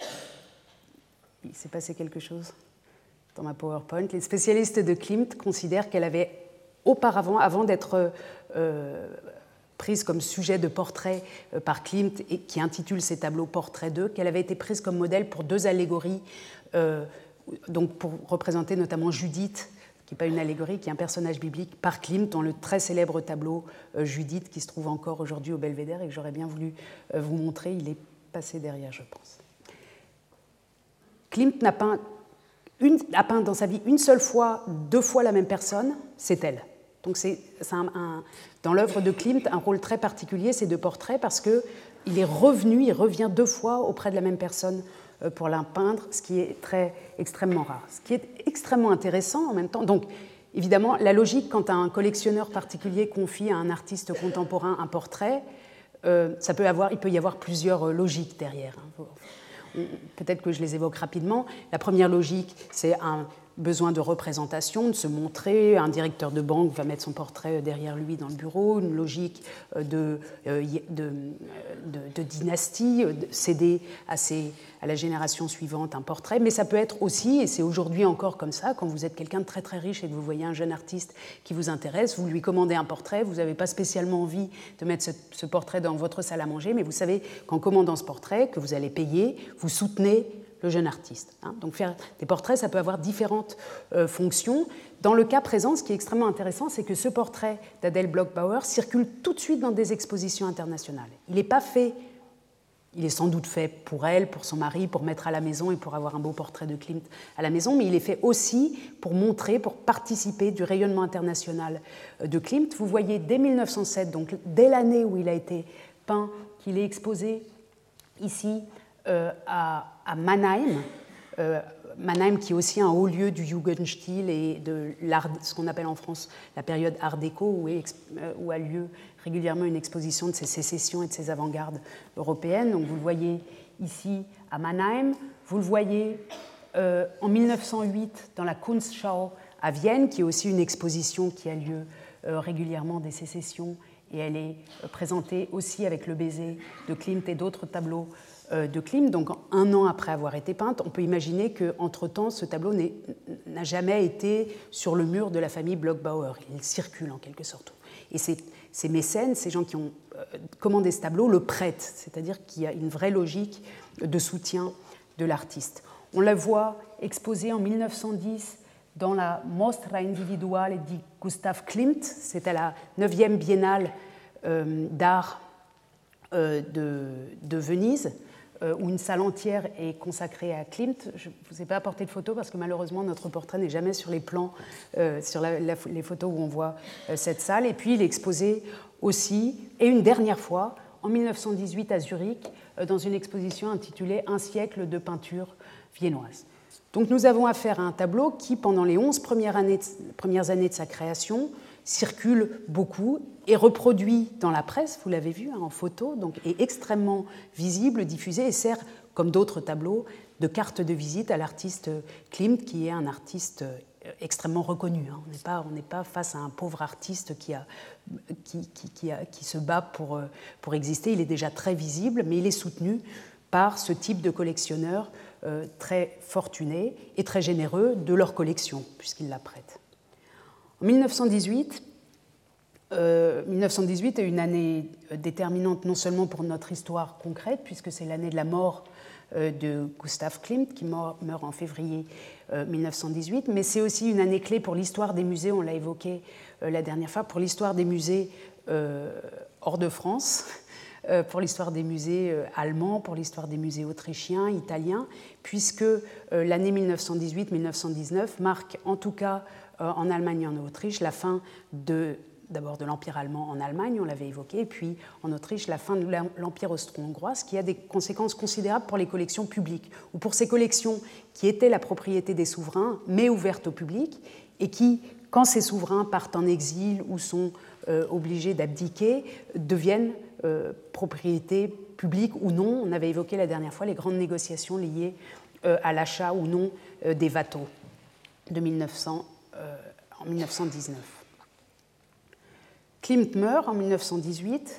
il s'est passé quelque chose dans ma PowerPoint, les spécialistes de Klimt considèrent qu'elle avait auparavant, avant d'être euh, prise comme sujet de portrait par Klimt et qui intitule ses tableaux Portrait deux, qu'elle avait été prise comme modèle pour deux allégories, euh, donc pour représenter notamment Judith, qui n'est pas une allégorie, qui est un personnage biblique, par Klimt, dans le très célèbre tableau euh, Judith, qui se trouve encore aujourd'hui au Belvédère et que j'aurais bien voulu euh, vous montrer. Il est passé derrière, je pense. Klimt n'a peint, une, a peint dans sa vie une seule fois, deux fois la même personne, c'est elle. Donc c'est, c'est un, un, dans l'œuvre de Klimt, un rôle très particulier, ces deux portraits, parce qu'il est revenu, il revient deux fois auprès de la même personne pour la peindre, ce qui est très, extrêmement rare. Ce qui est extrêmement intéressant en même temps. Donc, évidemment, la logique, quand un collectionneur particulier confie à un artiste contemporain un portrait, euh, ça peut avoir, il peut y avoir plusieurs logiques derrière. Peut-être que je les évoque rapidement. La première logique, c'est un besoin de représentation, de se montrer. Un directeur de banque va mettre son portrait derrière lui dans le bureau. Une logique de, de, de, de dynastie, de céder à, ses, à la génération suivante un portrait. Mais ça peut être aussi, et c'est aujourd'hui encore comme ça, quand vous êtes quelqu'un de très très riche et que vous voyez un jeune artiste qui vous intéresse, vous lui commandez un portrait, vous n'avez pas spécialement envie de mettre ce, ce portrait dans votre salle à manger, mais vous savez qu'en commandant ce portrait, que vous allez payer, vous soutenez le jeune artiste. Hein. Donc faire des portraits, ça peut avoir différentes euh, fonctions. Dans le cas présent, ce qui est extrêmement intéressant, c'est que ce portrait d'Adele Bloch-Bauer circule tout de suite dans des expositions internationales. Il n'est pas fait, il est sans doute fait pour elle, pour son mari, pour mettre à la maison et pour avoir un beau portrait de Klimt à la maison, mais il est fait aussi pour montrer, pour participer du rayonnement international de Klimt. Vous voyez dès mille neuf cent sept, donc dès l'année où il a été peint, qu'il est exposé ici euh, à à Mannheim, euh, Mannheim qui est aussi un haut lieu du Jugendstil et de l'art, ce qu'on appelle en France la période Art déco, où, est, où a lieu régulièrement une exposition de ces sécessions et de ces avant-gardes européennes. Donc vous le voyez ici à Mannheim, vous le voyez euh, en mille neuf cent huit dans la Kunstschau à Vienne, qui est aussi une exposition qui a lieu euh, régulièrement des sécessions, et elle est euh, présentée aussi avec le baiser de Klimt et d'autres tableaux de Klimt, donc un an après avoir été peinte. On peut imaginer qu'entre-temps, ce tableau n'a jamais été sur le mur de la famille Bloch-Bauer. Il circule en quelque sorte. Et ces, ces mécènes, ces gens qui ont commandé ce tableau, le prêtent, c'est-à-dire qu'il y a une vraie logique de soutien de l'artiste. On la voit exposée en mille neuf cent dix dans la Mostra Individuale di Gustav Klimt. C'est à la neuvième biennale euh, d'art euh, de, de Venise, où une salle entière est consacrée à Klimt. Je ne vous ai pas apporté de photos parce que malheureusement notre portrait n'est jamais sur les plans, euh, sur la, la, les photos où on voit euh, cette salle. Et puis il est exposé aussi, et une dernière fois, en mille neuf cent dix-huit à Zurich, euh, dans une exposition intitulée « Un siècle de peinture viennoise ». Donc nous avons affaire à un tableau qui, pendant les onze premières années de, premières années de sa création, circule beaucoup, est reproduit dans la presse, vous l'avez vu, hein, en photo, donc est extrêmement visible, diffusé, et sert, comme d'autres tableaux, de carte de visite à l'artiste Klimt, qui est un artiste extrêmement reconnu. Hein. On n'est pas, on n'est pas face à un pauvre artiste qui, a, qui, qui, qui, a, qui se bat pour, pour exister. Il est déjà très visible, mais il est soutenu par ce type de collectionneurs euh, très fortunés et très généreux de leur collection, puisqu'ils la prêtent. En mille neuf cent dix-huit, euh, mille neuf cent dix-huit est une année déterminante non seulement pour notre histoire concrète, puisque c'est l'année de la mort euh, de Gustav Klimt, qui meurt, meurt en février euh, mille neuf cent dix-huit, mais c'est aussi une année clé pour l'histoire des musées, on l'a évoqué euh, la dernière fois, pour l'histoire des musées euh, hors de France, euh, pour l'histoire des musées euh, allemands, pour l'histoire des musées autrichiens, italiens, puisque euh, l'année mille neuf cent dix-huit mille neuf cent dix-neuf marque en tout cas euh, en Allemagne et en Autriche la fin de d'abord de l'Empire allemand en Allemagne, on l'avait évoqué, et puis en Autriche, la fin de l'Empire austro-hongrois, ce qui a des conséquences considérables pour les collections publiques, ou pour ces collections qui étaient la propriété des souverains, mais ouvertes au public, et qui, quand ces souverains partent en exil ou sont euh, obligés d'abdiquer, deviennent euh, propriété publique ou non. On avait évoqué la dernière fois les grandes négociations liées euh, à l'achat ou non euh, des Watteau de mille neuf cents, euh, en mille neuf cent dix-neuf. Klimt meurt en mille neuf cent dix-huit.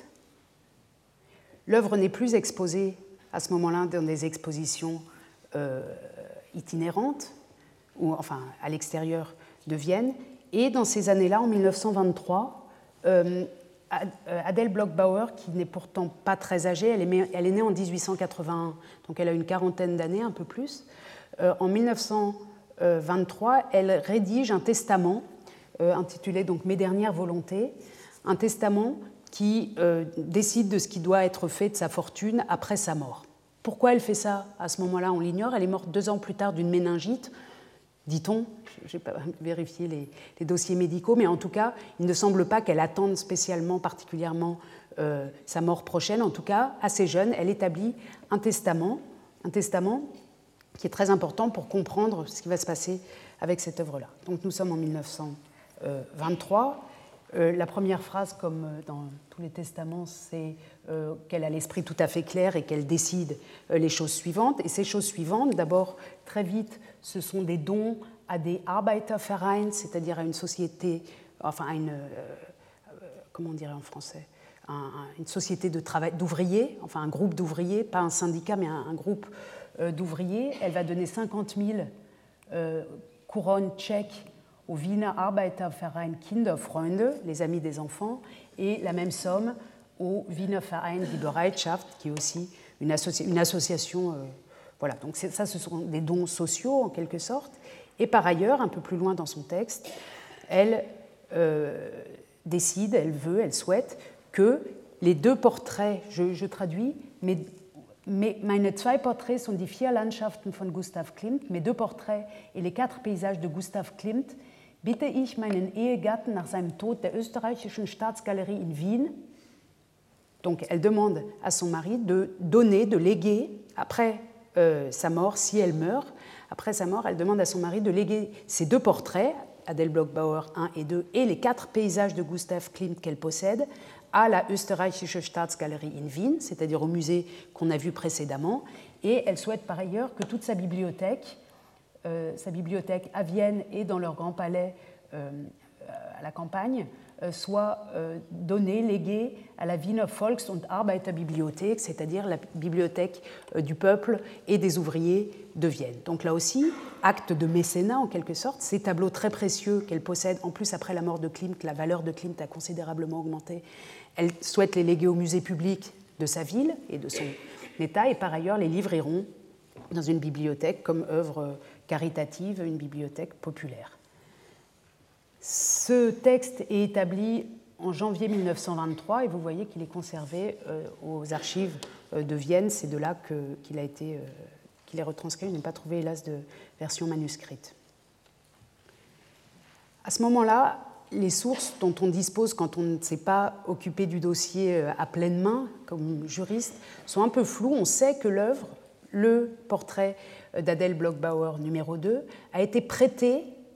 L'œuvre n'est plus exposée à ce moment-là dans des expositions euh, itinérantes, ou enfin à l'extérieur de Vienne. Et dans ces années-là, en mille neuf cent vingt-trois, euh, Adèle Bloch-Bauer, qui n'est pourtant pas très âgée, elle est, elle est née en dix-huit cent quatre-vingt-un, donc elle a une quarantaine d'années, un peu plus. Euh, en mille neuf cent vingt-trois, elle rédige un testament euh, intitulé donc Mes dernières volontés, un testament qui euh, décide de ce qui doit être fait de sa fortune après sa mort. Pourquoi elle fait ça à ce moment-là, on l'ignore. Elle est morte deux ans plus tard d'une méningite, dit-on. Je n'ai pas vérifié les, les dossiers médicaux, mais en tout cas, il ne semble pas qu'elle attende spécialement, particulièrement, euh, sa mort prochaine. En tout cas, assez jeune, elle établit un testament, un testament qui est très important pour comprendre ce qui va se passer avec cette œuvre-là. Donc nous sommes en mille neuf cent vingt-trois. Euh, la première phrase, comme dans tous les testaments, c'est euh, qu'elle a l'esprit tout à fait clair et qu'elle décide euh, les choses suivantes. Et ces choses suivantes, d'abord, très vite, ce sont des dons à des Arbeitervereins, c'est-à-dire à une société, enfin à une, euh, comment on dirait en français, un, un, une société de travail d'ouvriers, enfin un groupe d'ouvriers, pas un syndicat, mais un, un groupe euh, d'ouvriers. Elle va donner cinquante mille euh, couronnes tchèques au Wiener Arbeiterverein Kinderfreunde, les amis des enfants, et la même somme au Wiener Verein Die Bereitschaft, qui est aussi une, associ- une association. Euh, voilà, donc ça, ce sont des dons sociaux en quelque sorte. Et par ailleurs, un peu plus loin dans son texte, elle euh, décide, elle veut, elle souhaite que les deux portraits, je, je traduis, mais Meine zwei Porträts und die vier Landschaften von Gustav Klimt, mes deux portraits et les quatre paysages de Gustav Klimt, bitte ich meinen Ehegatten nach seinem Tod der österreichischen Staatsgalerie in Wien. Donc elle demande à son mari de donner, de léguer, après euh, sa mort, si elle meurt, après sa mort, elle demande à son mari de léguer ces deux portraits, Adèle Bloch-Bauer un et deux, et les quatre paysages de Gustav Klimt qu'elle possède, à la Österreichische Staatsgalerie in Wien, c'est-à-dire au musée qu'on a vu précédemment, et elle souhaite par ailleurs que toute sa bibliothèque, euh, sa bibliothèque à Vienne et dans leur grand palais euh, à la campagne, euh, soit euh, donnée, léguée à la Wiener Volks- und Arbeiterbibliothek, c'est-à-dire la bibliothèque euh, du peuple et des ouvriers de Vienne. Donc là aussi, acte de mécénat en quelque sorte, ces tableaux très précieux qu'elle possède, en plus après la mort de Klimt, la valeur de Klimt a considérablement augmenté. Elle souhaite les léguer au musée public de sa ville et de son État, et par ailleurs les livriront dans une bibliothèque comme œuvre caritative, une bibliothèque populaire. Ce texte est établi en janvier mille neuf cent vingt-trois et vous voyez qu'il est conservé euh, aux archives euh, de Vienne. C'est de là que, qu'il a été, euh, qu'il est retranscrit. Je n'ai pas trouvé, hélas, de version manuscrite. À ce moment-là, les sources dont on dispose quand on ne s'est pas occupé du dossier à pleine main, comme juriste, sont un peu floues. On sait que l'œuvre, le portrait d'Adèle Bloch-Bauer numéro deux, a été prêté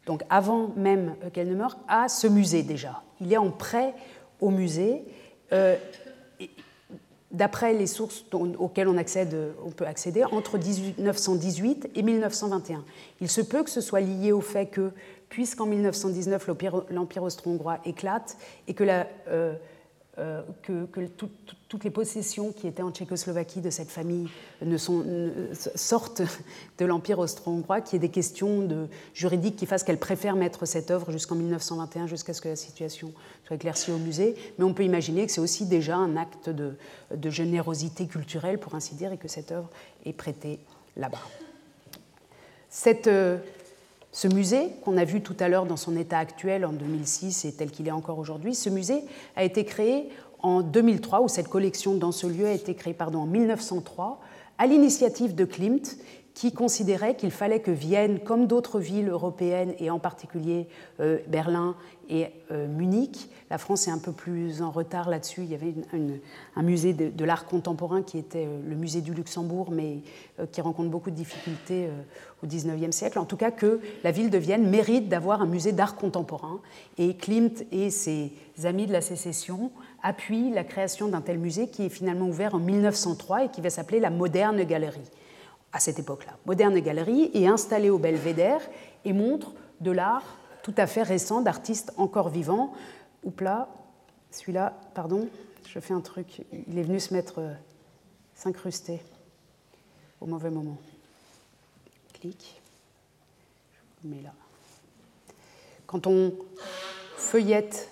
donc avant même qu'elle ne meure, à ce musée déjà. Il est en prêt au musée. Euh, D'après les sources auxquelles on, accède, on peut accéder, entre mille neuf cent dix-huit et mille neuf cent vingt et un. Il se peut que ce soit lié au fait que, puisqu'en mille neuf cent dix-neuf, l'Empire austro-hongrois éclate et que, la, euh, euh, que, que tout, tout, toutes les possessions qui étaient en Tchécoslovaquie de cette famille ne sont, ne, sortent de l'Empire austro-hongrois, qu'il y ait des questions de, juridiques qui fassent qu'elle préfère mettre cette œuvre jusqu'en mille neuf cent vingt et un, jusqu'à ce que la situation soit éclaircie au musée. Mais on peut imaginer que c'est aussi déjà un acte de, de générosité culturelle, pour ainsi dire, et que cette œuvre est prêtée là-bas. Cette... Euh, Ce musée, qu'on a vu tout à l'heure dans son état actuel en deux mille six et tel qu'il est encore aujourd'hui, ce musée a été créé en deux mille trois, ou cette collection dans ce lieu a été créée pardon, en mille neuf cent trois, à l'initiative de Klimt, qui considérait qu'il fallait que Vienne, comme d'autres villes européennes, et en particulier euh, Berlin et euh, Munich, la France est un peu plus en retard là-dessus, il y avait une, une, un musée de, de l'art contemporain qui était euh, le musée du Luxembourg, mais euh, qui rencontre beaucoup de difficultés euh, au dix-neuvième siècle, en tout cas que la ville de Vienne mérite d'avoir un musée d'art contemporain, et Klimt et ses amis de la Sécession appuient la création d'un tel musée qui est finalement ouvert en mille neuf cent trois et qui va s'appeler la Moderne Galerie. À cette époque-là. Moderne Galerie est installée au Belvédère et montre de l'art tout à fait récent d'artistes encore vivants. Oups là, celui-là, pardon, je fais un truc, il est venu se mettre, euh, s'incruster au mauvais moment. Clic, je le mets là. Quand on feuillette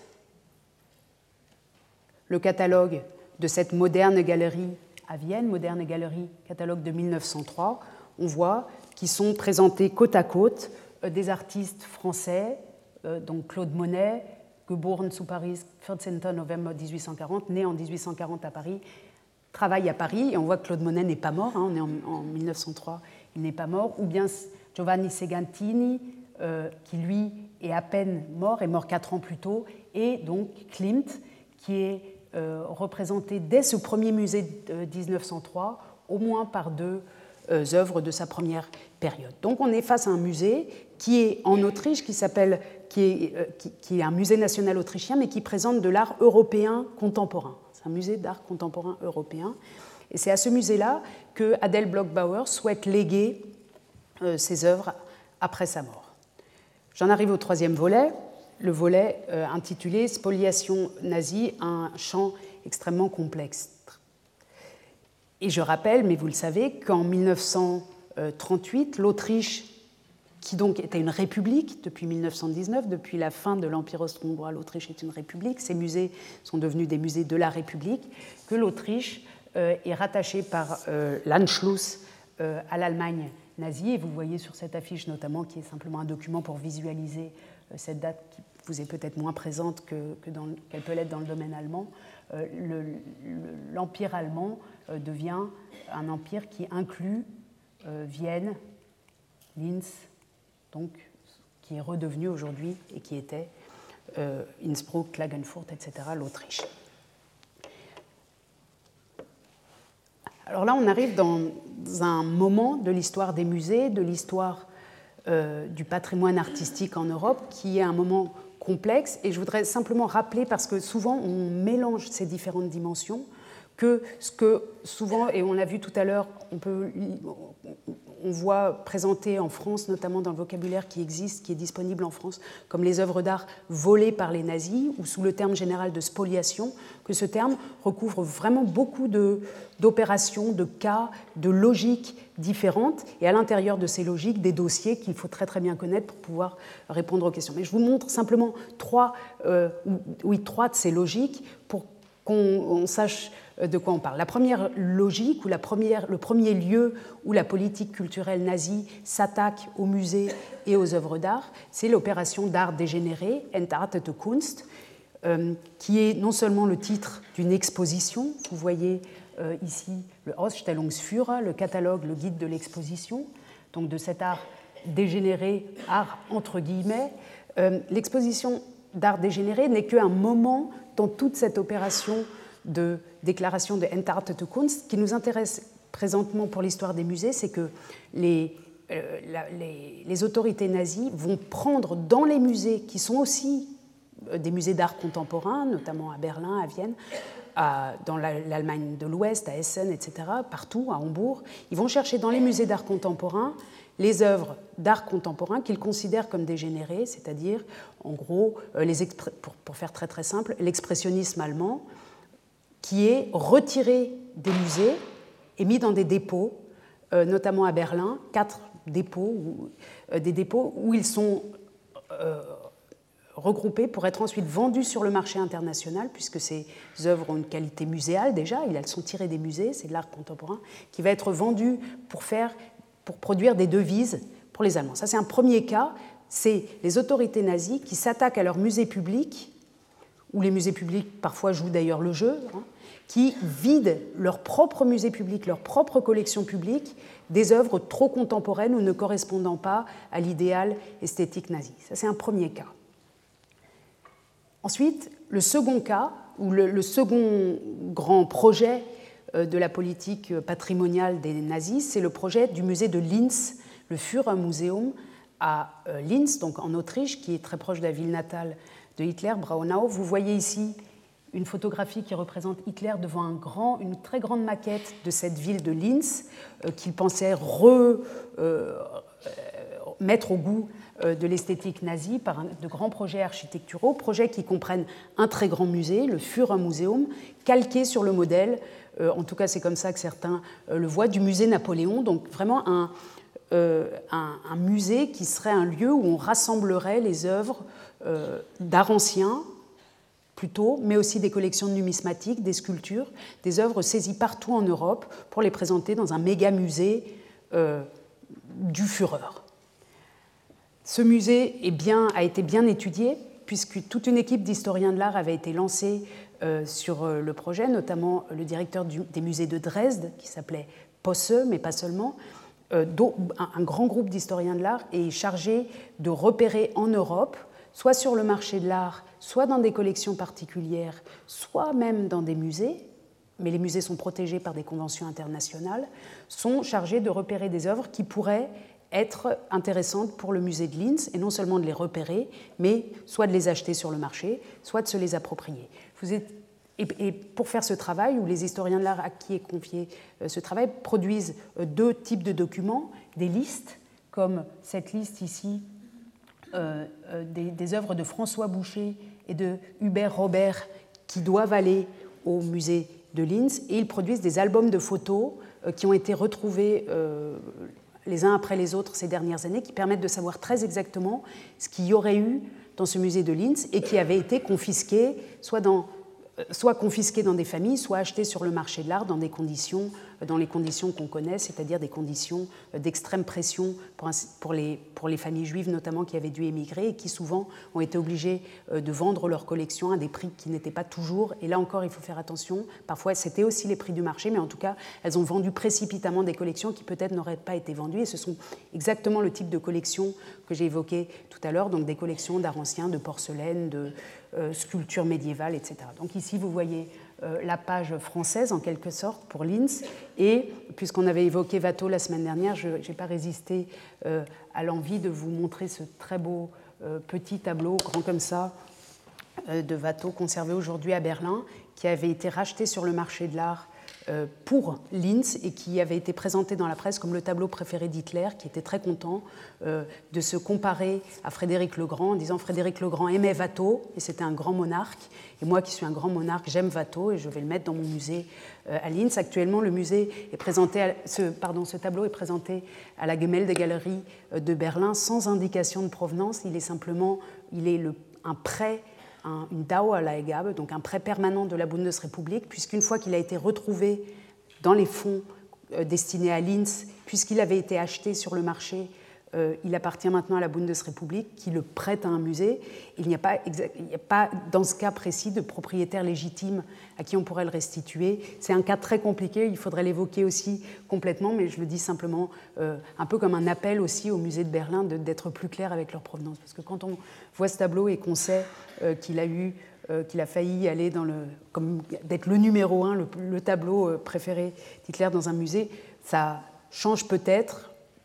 le catalogue de cette Moderne Galerie à Vienne, Moderne Galerie, catalogue de mille neuf cent trois, on voit qu'ils sont présentés côte à côte euh, des artistes français, euh, donc Claude Monet, geboren zu Paris, quatorze novembre dix-huit cent quarante, né en dix-huit cent quarante à Paris, travaille à Paris, et on voit que Claude Monet n'est pas mort, hein, on est en, en mille neuf cent trois, il n'est pas mort, ou bien Giovanni Segantini, euh, qui lui est à peine mort, est mort quatre ans plus tôt, et donc Klimt, qui est Euh, représenté dès ce premier musée de mille neuf cent trois, au moins par deux euh, œuvres de sa première période. Donc on est face à un musée qui est en Autriche, qui s'appelle, qui est, euh, qui, qui est un musée national autrichien, mais qui présente de l'art européen contemporain. C'est un musée d'art contemporain européen. Et c'est à ce musée-là que Adèle Bloch-Bauer souhaite léguer euh, ses œuvres après sa mort. J'en arrive au troisième volet. Le volet euh, intitulé « Spoliation nazie, un champ extrêmement complexe ». Et je rappelle, mais vous le savez, qu'en mille neuf cent trente-huit, l'Autriche, qui donc était une république depuis mille neuf cent dix-neuf, depuis la fin de l'Empire austro-hongrois, l'Autriche est une république, ces musées sont devenus des musées de la République, que l'Autriche euh, est rattachée par euh, l'Anschluss euh, à l'Allemagne nazie, et vous le voyez sur cette affiche notamment, qui est simplement un document pour visualiser cette date qui vous est peut-être moins présente que, que dans, qu'elle peut l'être dans le domaine allemand, euh, le, le, l'empire allemand euh, devient un empire qui inclut euh, Vienne, Linz, donc, qui est redevenu aujourd'hui et qui était euh, Innsbruck, Klagenfurt, et cetera, l'Autriche. Alors là, on arrive dans un moment de l'histoire des musées, de l'histoire euh, du patrimoine artistique en Europe, qui est un moment complexe, et je voudrais simplement rappeler, parce que souvent on mélange ces différentes dimensions, que ce que souvent, et on l'a vu tout à l'heure, on, peut, on voit présenter en France, notamment dans le vocabulaire qui existe, qui est disponible en France, comme les œuvres d'art volées par les nazis, ou sous le terme général de spoliation, que ce terme recouvre vraiment beaucoup de, d'opérations, de cas, de logiques différentes, et à l'intérieur de ces logiques, des dossiers qu'il faut très très bien connaître pour pouvoir répondre aux questions. Mais je vous montre simplement trois, euh, oui, trois de ces logiques pour qu'on on sache de quoi on parle. La première logique, ou la première, le premier lieu où la politique culturelle nazie s'attaque aux musées et aux œuvres d'art, c'est l'opération d'art dégénéré, Entartete Kunst, euh, qui est non seulement le titre d'une exposition, vous voyez euh, ici le Ausstellungsführer, le catalogue, le guide de l'exposition, donc de cet art dégénéré, art entre guillemets. Euh, l'exposition d'art dégénéré n'est qu'un moment dans toute cette opération de déclaration de Entartete Kunst. Ce qui nous intéresse présentement pour l'histoire des musées, c'est que les euh, la, les, les autorités nazies vont prendre dans les musées, qui sont aussi euh, des musées d'art contemporain, notamment à Berlin, à Vienne, à, dans la, l'Allemagne de l'Ouest, à Essen, et cetera, partout, à Hambourg, ils vont chercher dans les musées d'art contemporain les œuvres d'art contemporain qu'ils considèrent comme dégénérées, c'est-à-dire, en gros, euh, les expr- pour, pour faire très très simple, l'expressionnisme allemand, qui est retiré des musées et mis dans des dépôts, euh, notamment à Berlin, quatre dépôts, où, euh, des dépôts où ils sont euh, regroupés pour être ensuite vendus sur le marché international, puisque ces œuvres ont une qualité muséale déjà, elles sont tirées des musées, c'est de l'art contemporain, qui va être vendu pour, faire, pour produire des devises pour les Allemands. Ça, c'est un premier cas, c'est les autorités nazies qui s'attaquent à leurs musées publics, où les musées publics parfois jouent d'ailleurs le jeu, hein, qui vident leur propre musée public, leur propre collection publique, des œuvres trop contemporaines ou ne correspondant pas à l'idéal esthétique nazi. Ça, c'est un premier cas. Ensuite, le second cas, ou le, le second grand projet de la politique patrimoniale des nazis, c'est le projet du musée de Linz, le Führermuseum à Linz, donc en Autriche, qui est très proche de la ville natale de Hitler, Braunau. Vous voyez ici une photographie qui représente Hitler devant un grand, une très grande maquette de cette ville de Linz, euh, qu'il pensait re, euh, mettre au goût euh, de l'esthétique nazie par un, de grands projets architecturaux, projets qui comprennent un très grand musée, le Führermuseum, calqué sur le modèle, euh, en tout cas c'est comme ça que certains euh, le voient, du musée Napoléon, donc vraiment un, euh, un, un musée qui serait un lieu où on rassemblerait les œuvres euh, d'art ancien, plutôt, mais aussi des collections de numismatiques, des sculptures, des œuvres saisies partout en Europe pour les présenter dans un méga musée euh, du Führer. Ce musée est bien, a été bien étudié, puisque toute une équipe d'historiens de l'art avait été lancée euh, sur le projet, notamment le directeur du, des musées de Dresde, qui s'appelait Posse, mais pas seulement. Euh, un, un grand groupe d'historiens de l'art est chargé de repérer en Europe, soit sur le marché de l'art, soit dans des collections particulières, soit même dans des musées, mais les musées sont protégés par des conventions internationales, sont chargés de repérer des œuvres qui pourraient être intéressantes pour le musée de Linz, et non seulement de les repérer, mais soit de les acheter sur le marché, soit de se les approprier. Vous êtes, et, et pour faire ce travail, où les historiens de l'art à qui est confié ce travail produisent deux types de documents, des listes, comme cette liste ici, Euh, euh, des, des œuvres de François Boucher et de Hubert Robert qui doivent aller au musée de Linz, et ils produisent des albums de photos euh, qui ont été retrouvés euh, les uns après les autres ces dernières années, qui permettent de savoir très exactement ce qu'il y aurait eu dans ce musée de Linz et qui avait été confisqué, soit dans soit confisqués dans des familles, soit achetés sur le marché de l'art dans des conditions, dans les conditions qu'on connaît, c'est-à-dire des conditions d'extrême pression pour, pour, les, pour les familles juives notamment qui avaient dû émigrer et qui souvent ont été obligées de vendre leurs collections à des prix qui n'étaient pas toujours, et là encore il faut faire attention, parfois c'était aussi les prix du marché, mais en tout cas elles ont vendu précipitamment des collections qui peut-être n'auraient pas été vendues, et ce sont exactement le type de collections que j'ai évoqué tout à l'heure, donc des collections d'art ancien, de porcelaine, de euh, sculptures médiévales, et cetera. Donc ici vous voyez euh, la page française en quelque sorte pour Linz, et puisqu'on avait évoqué Watteau la semaine dernière, je n'ai pas résisté euh, à l'envie de vous montrer ce très beau euh, petit tableau grand comme ça euh, de Watteau conservé aujourd'hui à Berlin, qui avait été racheté sur le marché de l'art euh, pour Linz et qui avait été présenté dans la presse comme le tableau préféré d'Hitler, qui était très content euh, de se comparer à Frédéric le Grand en disant Frédéric le Grand aimait Watteau et c'était un grand monarque, et moi qui suis un grand monarque j'aime Watteau et je vais le mettre dans mon musée euh, à Linz. Actuellement le musée est présenté à, ce, pardon, ce tableau est présenté à la Gemäldegalerie de Berlin sans indication de provenance, il est simplement il est le, un prêt, Un, une Dauerleihgabe, donc un prêt permanent de la Bundesrepublik, puisqu'une fois qu'il a été retrouvé dans les fonds euh, destinés à Linz, puisqu'il avait été acheté sur le marché, euh, il appartient maintenant à la Bundesrepublik, qui le prête à un musée. Il n'y a pas, il n'y a pas, dans ce cas précis, de propriétaire légitime à qui on pourrait le restituer. C'est un cas très compliqué, il faudrait l'évoquer aussi complètement, mais je le dis simplement euh, un peu comme un appel aussi au musée de Berlin de, d'être plus clair avec leur provenance. Parce que quand on voit ce tableau et qu'on sait euh, qu'il a eu, euh, qu'il a failli aller dans le, comme d'être le numéro un, le, le tableau préféré d'Hitler dans un musée, ça change peut-être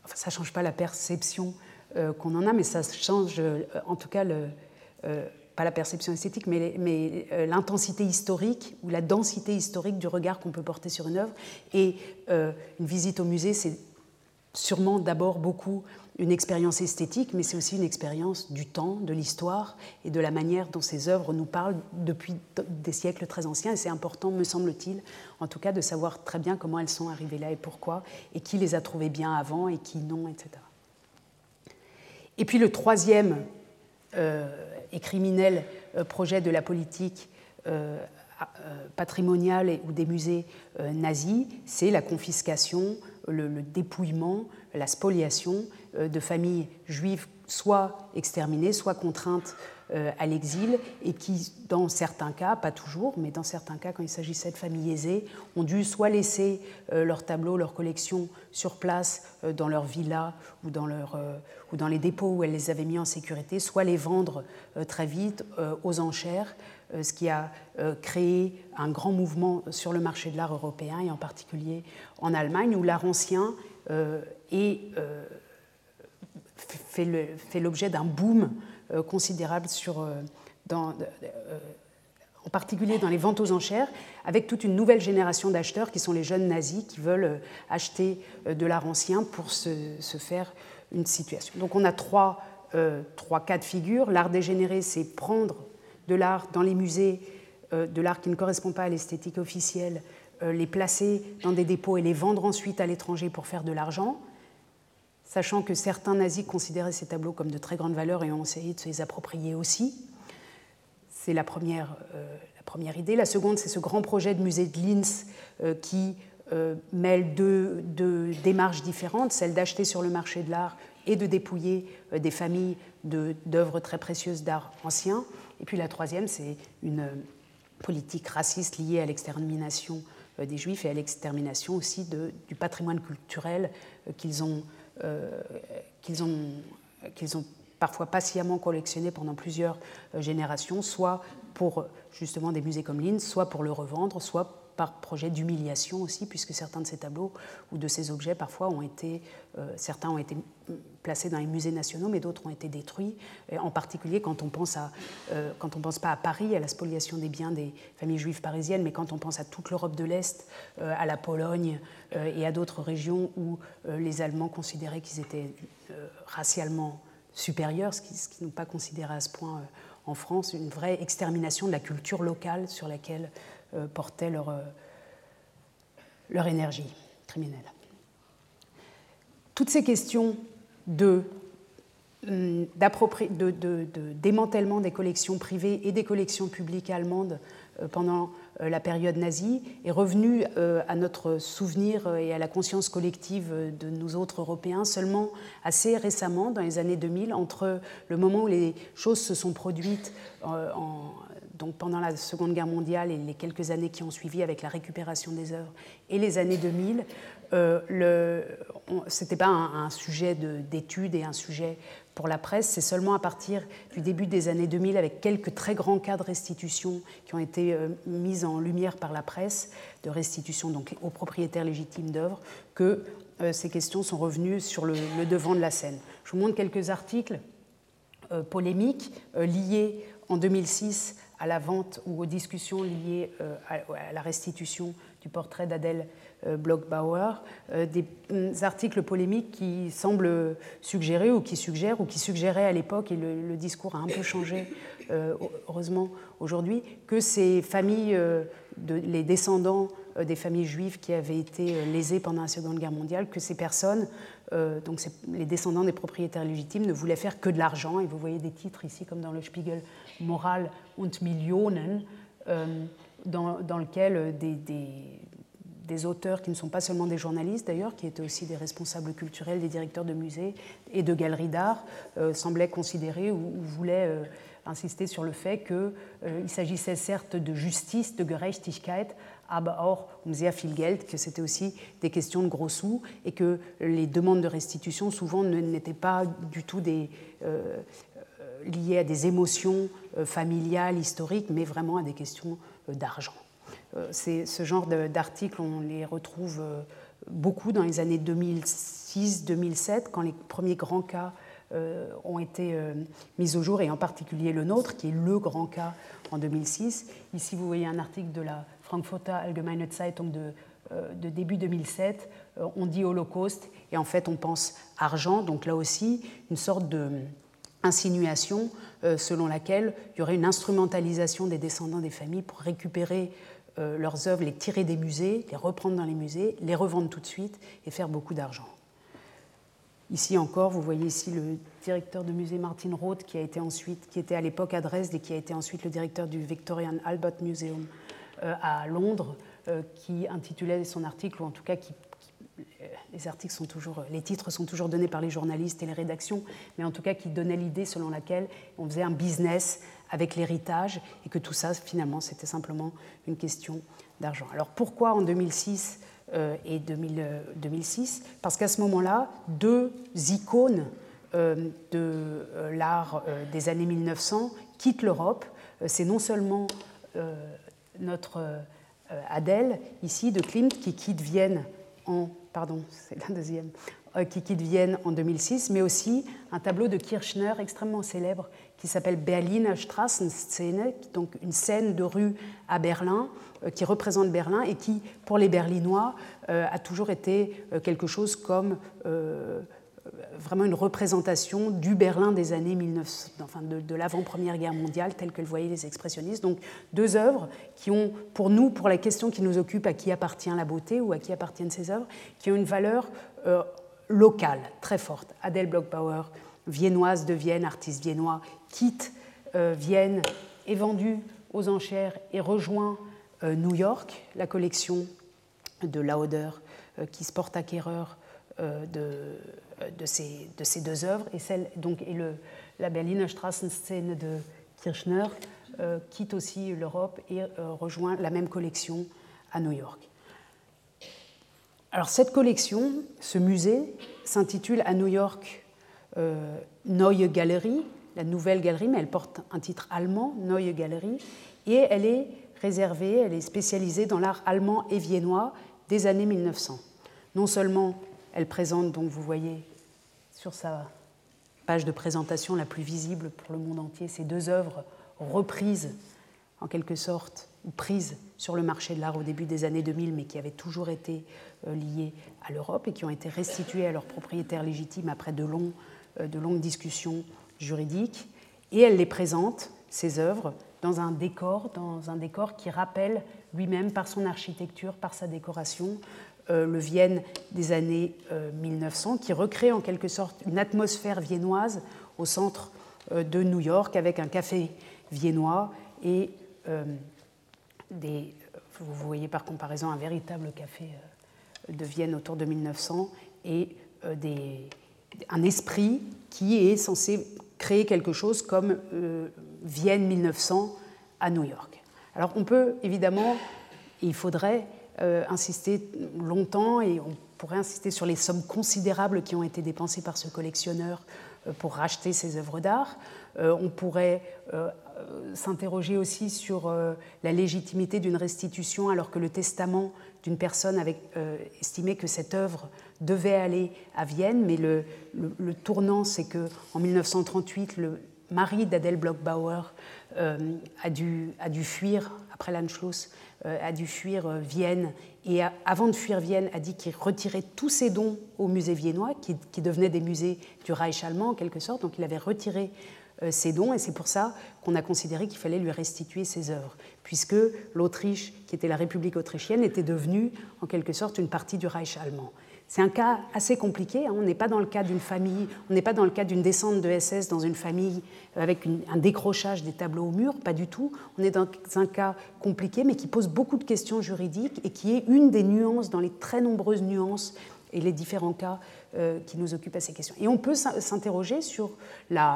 enfin, ça ne change pas la perception euh, qu'on en a, mais ça change euh, en tout cas, le, euh, pas la perception esthétique, mais, mais euh, l'intensité historique ou la densité historique du regard qu'on peut porter sur une œuvre. Et euh, une visite au musée, c'est sûrement d'abord beaucoup une expérience esthétique, mais c'est aussi une expérience du temps, de l'histoire et de la manière dont ces œuvres nous parlent depuis des siècles très anciens. Et c'est important, me semble-t-il, en tout cas, de savoir très bien comment elles sont arrivées là et pourquoi, et qui les a trouvées bien avant et qui non, et cetera. Et puis le troisième euh, et criminel euh, projet de la politique euh, patrimoniale et, ou des musées euh, nazis, c'est la confiscation, le, le dépouillement, la spoliation euh, de familles juives soit exterminées, soit contraintes euh, à l'exil, et qui, dans certains cas, pas toujours, mais dans certains cas, quand il s'agissait de familles aisées, ont dû soit laisser euh, leurs tableaux, leurs collections sur place euh, dans leur villa ou dans, leur, euh, ou dans les dépôts où elles les avaient mis en sécurité, soit les vendre euh, très vite euh, aux enchères, euh, ce qui a euh, créé un grand mouvement sur le marché de l'art européen, et en particulier en Allemagne, où l'art ancien euh, est... Euh, fait, le, fait l'objet d'un boom euh, considérable sur, euh, dans, euh, en particulier dans les ventes aux enchères, avec toute une nouvelle génération d'acheteurs qui sont les jeunes nazis qui veulent euh, acheter euh, de l'art ancien pour se, se faire une situation. Donc on a trois, euh, trois cas de figure. L'art dégénéré, c'est prendre de l'art dans les musées, euh, de l'art qui ne correspond pas à l'esthétique officielle, euh, les placer dans des dépôts et les vendre ensuite à l'étranger pour faire de l'argent, sachant que certains nazis considéraient ces tableaux comme de très grande valeur et ont essayé de se les approprier aussi. C'est la première, euh, la première idée. La seconde, c'est ce grand projet de musée de Linz euh, qui euh, mêle deux, deux démarches différentes, celle d'acheter sur le marché de l'art et de dépouiller euh, des familles de, d'œuvres très précieuses d'art ancien. Et puis la troisième, c'est une politique raciste liée à l'extermination euh, des Juifs et à l'extermination aussi de, du patrimoine culturel euh, qu'ils ont Euh, qu'ils ont, qu'ils ont parfois patiemment collectionné pendant plusieurs euh, générations, soit pour justement des musées comme Linz, soit pour le revendre, soit par projet d'humiliation aussi, puisque certains de ces tableaux ou de ces objets parfois ont été, euh, certains ont été placés dans les musées nationaux, mais d'autres ont été détruits, et en particulier quand on pense à, euh, quand on pense pas à Paris, à la spoliation des biens des familles juives parisiennes, mais quand on pense à toute l'Europe de l'Est, euh, à la Pologne euh, et à d'autres régions où euh, les Allemands considéraient qu'ils étaient euh, racialement supérieurs, ce qui, ce qui n'est pas considéré à ce point euh, en France, une vraie extermination de la culture locale sur laquelle euh, portaient leur, euh, leur énergie criminelle. Toutes ces questions de, de, de, de démantèlement des collections privées et des collections publiques allemandes euh, pendant euh, la période nazie est revenue euh, à notre souvenir et à la conscience collective de nous autres Européens seulement assez récemment, dans les années deux mille, entre le moment où les choses se sont produites euh, en, donc pendant la Seconde Guerre mondiale et les quelques années qui ont suivi avec la récupération des œuvres, et les années deux mille. Euh, ce n'était pas un, un sujet de, d'étude et un sujet pour la presse, c'est seulement à partir du début des années deux mille, avec quelques très grands cas de restitution qui ont été euh, mis en lumière par la presse, de restitution donc aux propriétaires légitimes d'œuvres, que euh, ces questions sont revenues sur le, le devant de la scène. Je vous montre quelques articles euh, polémiques euh, liés en deux mille six à la vente ou aux discussions liées euh, à, à la restitution du portrait d'Adèle euh, Bloch-Bauer, euh, des, des articles polémiques qui semblent suggérer ou qui suggèrent ou qui suggéraient à l'époque, et le, le discours a un peu changé euh, heureusement aujourd'hui, que ces familles, euh, de, les descendants euh, des familles juives qui avaient été euh, lésées pendant la Seconde Guerre mondiale, que ces personnes, euh, donc c'est, les descendants des propriétaires légitimes, ne voulaient faire que de l'argent. Et vous voyez des titres ici comme dans le Spiegel, Moral und Millionen, euh, dans, dans lequel des, des, des auteurs qui ne sont pas seulement des journalistes d'ailleurs, qui étaient aussi des responsables culturels, des directeurs de musées et de galeries d'art, euh, semblaient considérer ou, ou voulaient euh, insister sur le fait qu'il euh, s'agissait certes de justice, de Gerechtigkeit, aber auch um sehr viel Geld, que c'était aussi des questions de gros sous, et que les demandes de restitution souvent n'étaient pas du tout des... Euh, liées à des émotions familiales, historiques, mais vraiment à des questions d'argent. C'est, ce genre d'articles, on les retrouve beaucoup dans les années deux mille six deux mille sept, quand les premiers grands cas euh, ont été euh, mis au jour, et en particulier le nôtre, qui est le grand cas en deux mille six. Ici, vous voyez un article de la Frankfurter Allgemeine Zeitung de, euh, de début deux mille sept. Euh, on dit Holocauste, et en fait, on pense argent. Donc là aussi, une sorte de insinuation euh, selon laquelle il y aurait une instrumentalisation des descendants des familles pour récupérer euh, leurs œuvres, les tirer des musées, les reprendre dans les musées, les revendre tout de suite et faire beaucoup d'argent. Ici encore, vous voyez ici le directeur de musée Martin Roth, qui a été ensuite, qui était à l'époque à Dresde et qui a été ensuite le directeur du Victorian Albert Museum euh, à Londres, euh, qui intitulait son article, ou en tout cas qui les articles sont toujours, les titres sont toujours donnés par les journalistes et les rédactions, mais en tout cas qui donnait l'idée selon laquelle on faisait un business avec l'héritage et que tout ça, finalement, c'était simplement une question d'argent. Alors pourquoi en deux mille six euh, et deux mille, deux mille six ? Parce qu'à ce moment-là, deux icônes euh, de euh, l'art euh, des années mille neuf cents quittent l'Europe. Euh, c'est non seulement euh, notre euh, Adèle, ici, de Klimt, qui quitte Vienne en pardon, c'est la deuxième, euh, qui quitte Vienne en deux mille six, mais aussi un tableau de Kirchner extrêmement célèbre qui s'appelle Berliner Straßenszene, donc une scène de rue à Berlin, euh, qui représente Berlin et qui, pour les Berlinois, euh, a toujours été euh, quelque chose comme euh, vraiment une représentation du Berlin des années mille neuf cents, enfin de, de l'avant-première guerre mondiale, telle que le voyaient les expressionnistes. Donc deux œuvres qui ont, pour nous, pour la question qui nous occupe, à qui appartient la beauté ou à qui appartiennent ces œuvres, qui ont une valeur euh, locale très forte. Adèle Bloch-Bauer, viennoise de Vienne, artiste viennois, quitte euh, Vienne, est vendue aux enchères et rejoint euh, New York, la collection de Lauder, euh, qui se porte acquéreur euh, de De ces, de ces deux œuvres, et, celle, donc, et le, la Berliner Straßenszene de Kirchner euh, quitte aussi l'Europe et euh, rejoint la même collection à New York. Alors cette collection, ce musée, s'intitule à New York euh, Neue Galerie, la nouvelle galerie, mais elle porte un titre allemand, Neue Galerie, et elle est réservée, elle est spécialisée dans l'art allemand et viennois des années mille neuf cents. Non seulement elle présente, donc vous voyez sur sa page de présentation la plus visible pour le monde entier, ces deux œuvres reprises en quelque sorte, ou prises sur le marché de l'art au début des années deux mille, mais qui avaient toujours été liées à l'Europe et qui ont été restituées à leurs propriétaires légitimes après de, longs, de longues discussions juridiques. Et elle les présente, ces œuvres, dans un décor, dans un décor qui rappelle lui-même par son architecture, par sa décoration, Euh, le Vienne des années euh, mille neuf cents, qui recrée en quelque sorte une atmosphère viennoise au centre euh, de New York, avec un café viennois et euh, des, vous voyez par comparaison un véritable café euh, de Vienne autour de mille neuf cents, et euh, des, un esprit qui est censé créer quelque chose comme euh, Vienne mille neuf cents à New York. Alors on peut évidemment, et il faudrait Euh, insister longtemps, et on pourrait insister sur les sommes considérables qui ont été dépensées par ce collectionneur euh, pour racheter ces œuvres d'art. Euh, on pourrait euh, s'interroger aussi sur euh, la légitimité d'une restitution alors que le testament d'une personne avait euh, estimé que cette œuvre devait aller à Vienne, mais le, le, le tournant, c'est qu'en mille neuf cent trente-huit, le mari d'Adèle Bloch-Bauer euh, a, dû, a dû fuir, après l'Anschluss, euh, a dû fuir euh, Vienne, et a, avant de fuir Vienne, a dit qu'il retirait tous ses dons au musée viennois, qui, qui devenaient des musées du Reich allemand en quelque sorte, donc il avait retiré euh, ses dons, et c'est pour ça qu'on a considéré qu'il fallait lui restituer ses œuvres, puisque l'Autriche, qui était la République autrichienne, était devenue en quelque sorte une partie du Reich allemand. C'est un cas assez compliqué, hein. On n'est pas dans le cas d'une famille, on n'est pas dans le cas d'une descente de S S dans une famille avec une, un décrochage des tableaux au mur, pas du tout. On est dans un cas compliqué, mais qui pose beaucoup de questions juridiques et qui est une des nuances, dans les très nombreuses nuances et les différents cas euh, qui nous occupent à ces questions. Et on peut s'interroger sur la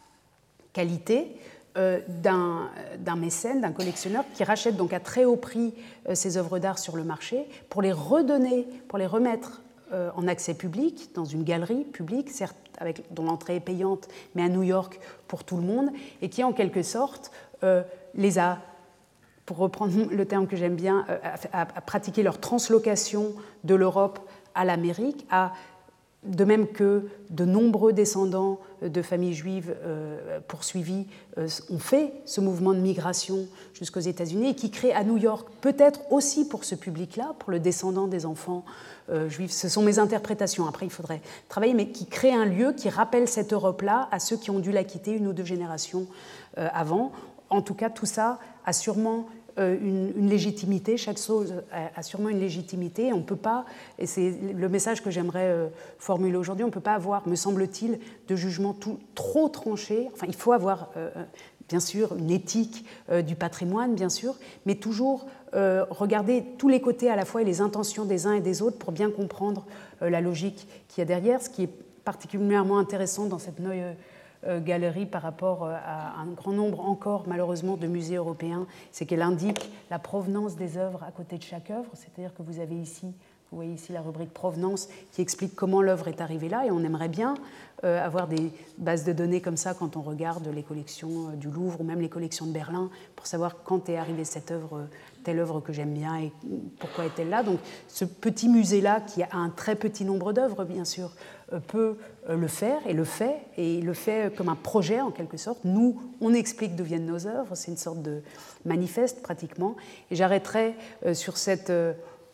qualité euh, d'un, d'un mécène, d'un collectionneur qui rachète donc à très haut prix euh, ses œuvres d'art sur le marché pour les redonner, pour les remettre en accès public, dans une galerie publique, certes avec, dont l'entrée est payante, mais à New York pour tout le monde, et qui en quelque sorte euh, les a pour reprendre le terme que j'aime bien, à, à, à pratiquer leur translocation de l'Europe à l'Amérique, à, de même que de nombreux descendants de familles juives euh, poursuivies euh, ont fait ce mouvement de migration jusqu'aux États-Unis et qui crée à New York, peut-être aussi pour ce public-là, pour le descendant des enfants euh, juifs, ce sont mes interprétations, après il faudrait travailler, mais qui crée un lieu qui rappelle cette Europe-là à ceux qui ont dû la quitter une ou deux générations euh, avant. En tout cas, tout ça a sûrement Une, une légitimité, chaque chose a, a sûrement une légitimité. On ne peut pas, et c'est le message que j'aimerais euh, formuler aujourd'hui, on ne peut pas avoir, me semble-t-il, de jugement tout, trop tranché. Enfin, il faut avoir, euh, bien sûr, une éthique euh, du patrimoine, bien sûr, mais toujours euh, regarder tous les côtés à la fois et les intentions des uns et des autres pour bien comprendre euh, la logique qu'il y a derrière. Ce qui est particulièrement intéressant dans cette Neue Galerie par rapport à un grand nombre encore malheureusement de musées européens, c'est qu'elle indique la provenance des œuvres à côté de chaque œuvre, c'est-à-dire que vous avez ici, vous voyez ici la rubrique provenance qui explique comment l'œuvre est arrivée là, et on aimerait bien euh, avoir des bases de données comme ça quand on regarde les collections du Louvre ou même les collections de Berlin pour savoir quand est arrivée cette œuvre, telle œuvre que j'aime bien et pourquoi est-elle là. Donc ce petit musée-là qui a un très petit nombre d'œuvres bien sûr peut le faire et le fait, et le fait comme un projet en quelque sorte. Nous, on explique d'où viennent nos œuvres, c'est une sorte de manifeste pratiquement. Et j'arrêterai sur cette euh,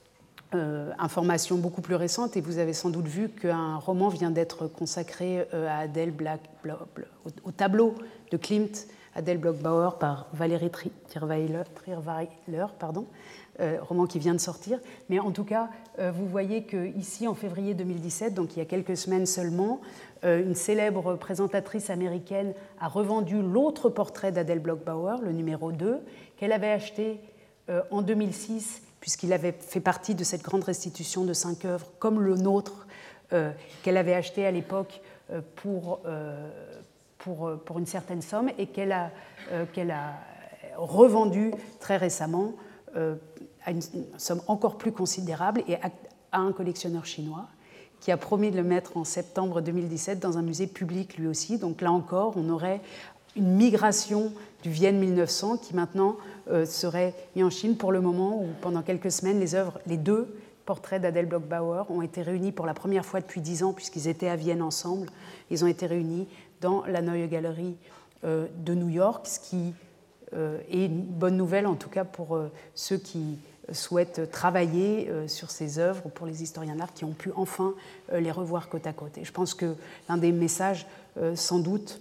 information beaucoup plus récente, et vous avez sans doute vu qu'un roman vient d'être consacré à Adèle Black, au tableau de Klimt, Adèle Bloch-Bauer par Valérie Trierweiler, pardon, euh, roman qui vient de sortir. Mais en tout cas, euh, vous voyez qu'ici, en février deux mille dix-sept, donc il y a quelques semaines seulement, euh, une célèbre présentatrice américaine a revendu l'autre portrait d'Adèle Bloch-Bauer, le numéro deux, qu'elle avait acheté euh, en deux mille six, puisqu'il avait fait partie de cette grande restitution de cinq œuvres, comme le nôtre, euh, qu'elle avait acheté à l'époque euh, pour... Euh, Pour, pour une certaine somme et qu'elle a, euh, qu'elle a revendu très récemment euh, à une, une somme encore plus considérable et à, à un collectionneur chinois qui a promis de le mettre en septembre deux mille dix-sept dans un musée public lui aussi. Donc là encore, on aurait une migration du Vienne mille neuf cents qui maintenant euh, serait mis en Chine pour le moment où pendant quelques semaines, les œuvres, les deux portraits d'Adèle Bloch-Bauer ont été réunis pour la première fois depuis dix ans puisqu'ils étaient à Vienne ensemble. Ils ont été réunis dans la Neue Galerie euh, de New York, ce qui euh, est une bonne nouvelle en tout cas pour euh, ceux qui souhaitent travailler euh, sur ces œuvres, pour les historiens d'art qui ont pu enfin euh, les revoir côte à côte. Et je pense que l'un des messages euh, sans doute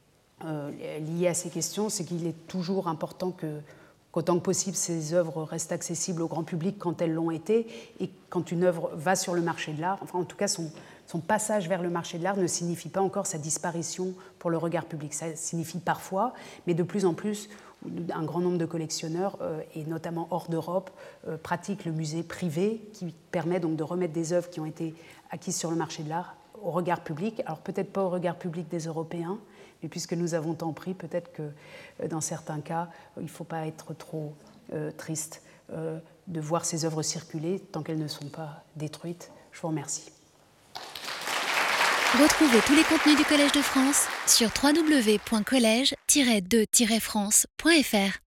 euh, liés à ces questions, c'est qu'il est toujours important que qu'autant que possible, ces œuvres restent accessibles au grand public quand elles l'ont été, et quand une œuvre va sur le marché de l'art, enfin en tout cas son, son passage vers le marché de l'art ne signifie pas encore sa disparition pour le regard public. Ça signifie parfois, mais de plus en plus, un grand nombre de collectionneurs, euh, et notamment hors d'Europe, euh, pratiquent le musée privé, qui permet donc de remettre des œuvres qui ont été acquises sur le marché de l'art au regard public. Alors peut-être pas au regard public des Européens, mais puisque nous avons tant pris, peut-être que euh, dans certains cas, il ne faut pas être trop euh, triste euh, de voir ces œuvres circuler tant qu'elles ne sont pas détruites. Je vous remercie. Retrouvez tous les contenus du Collège de France sur w w w point collège tiret de tiret france point f r.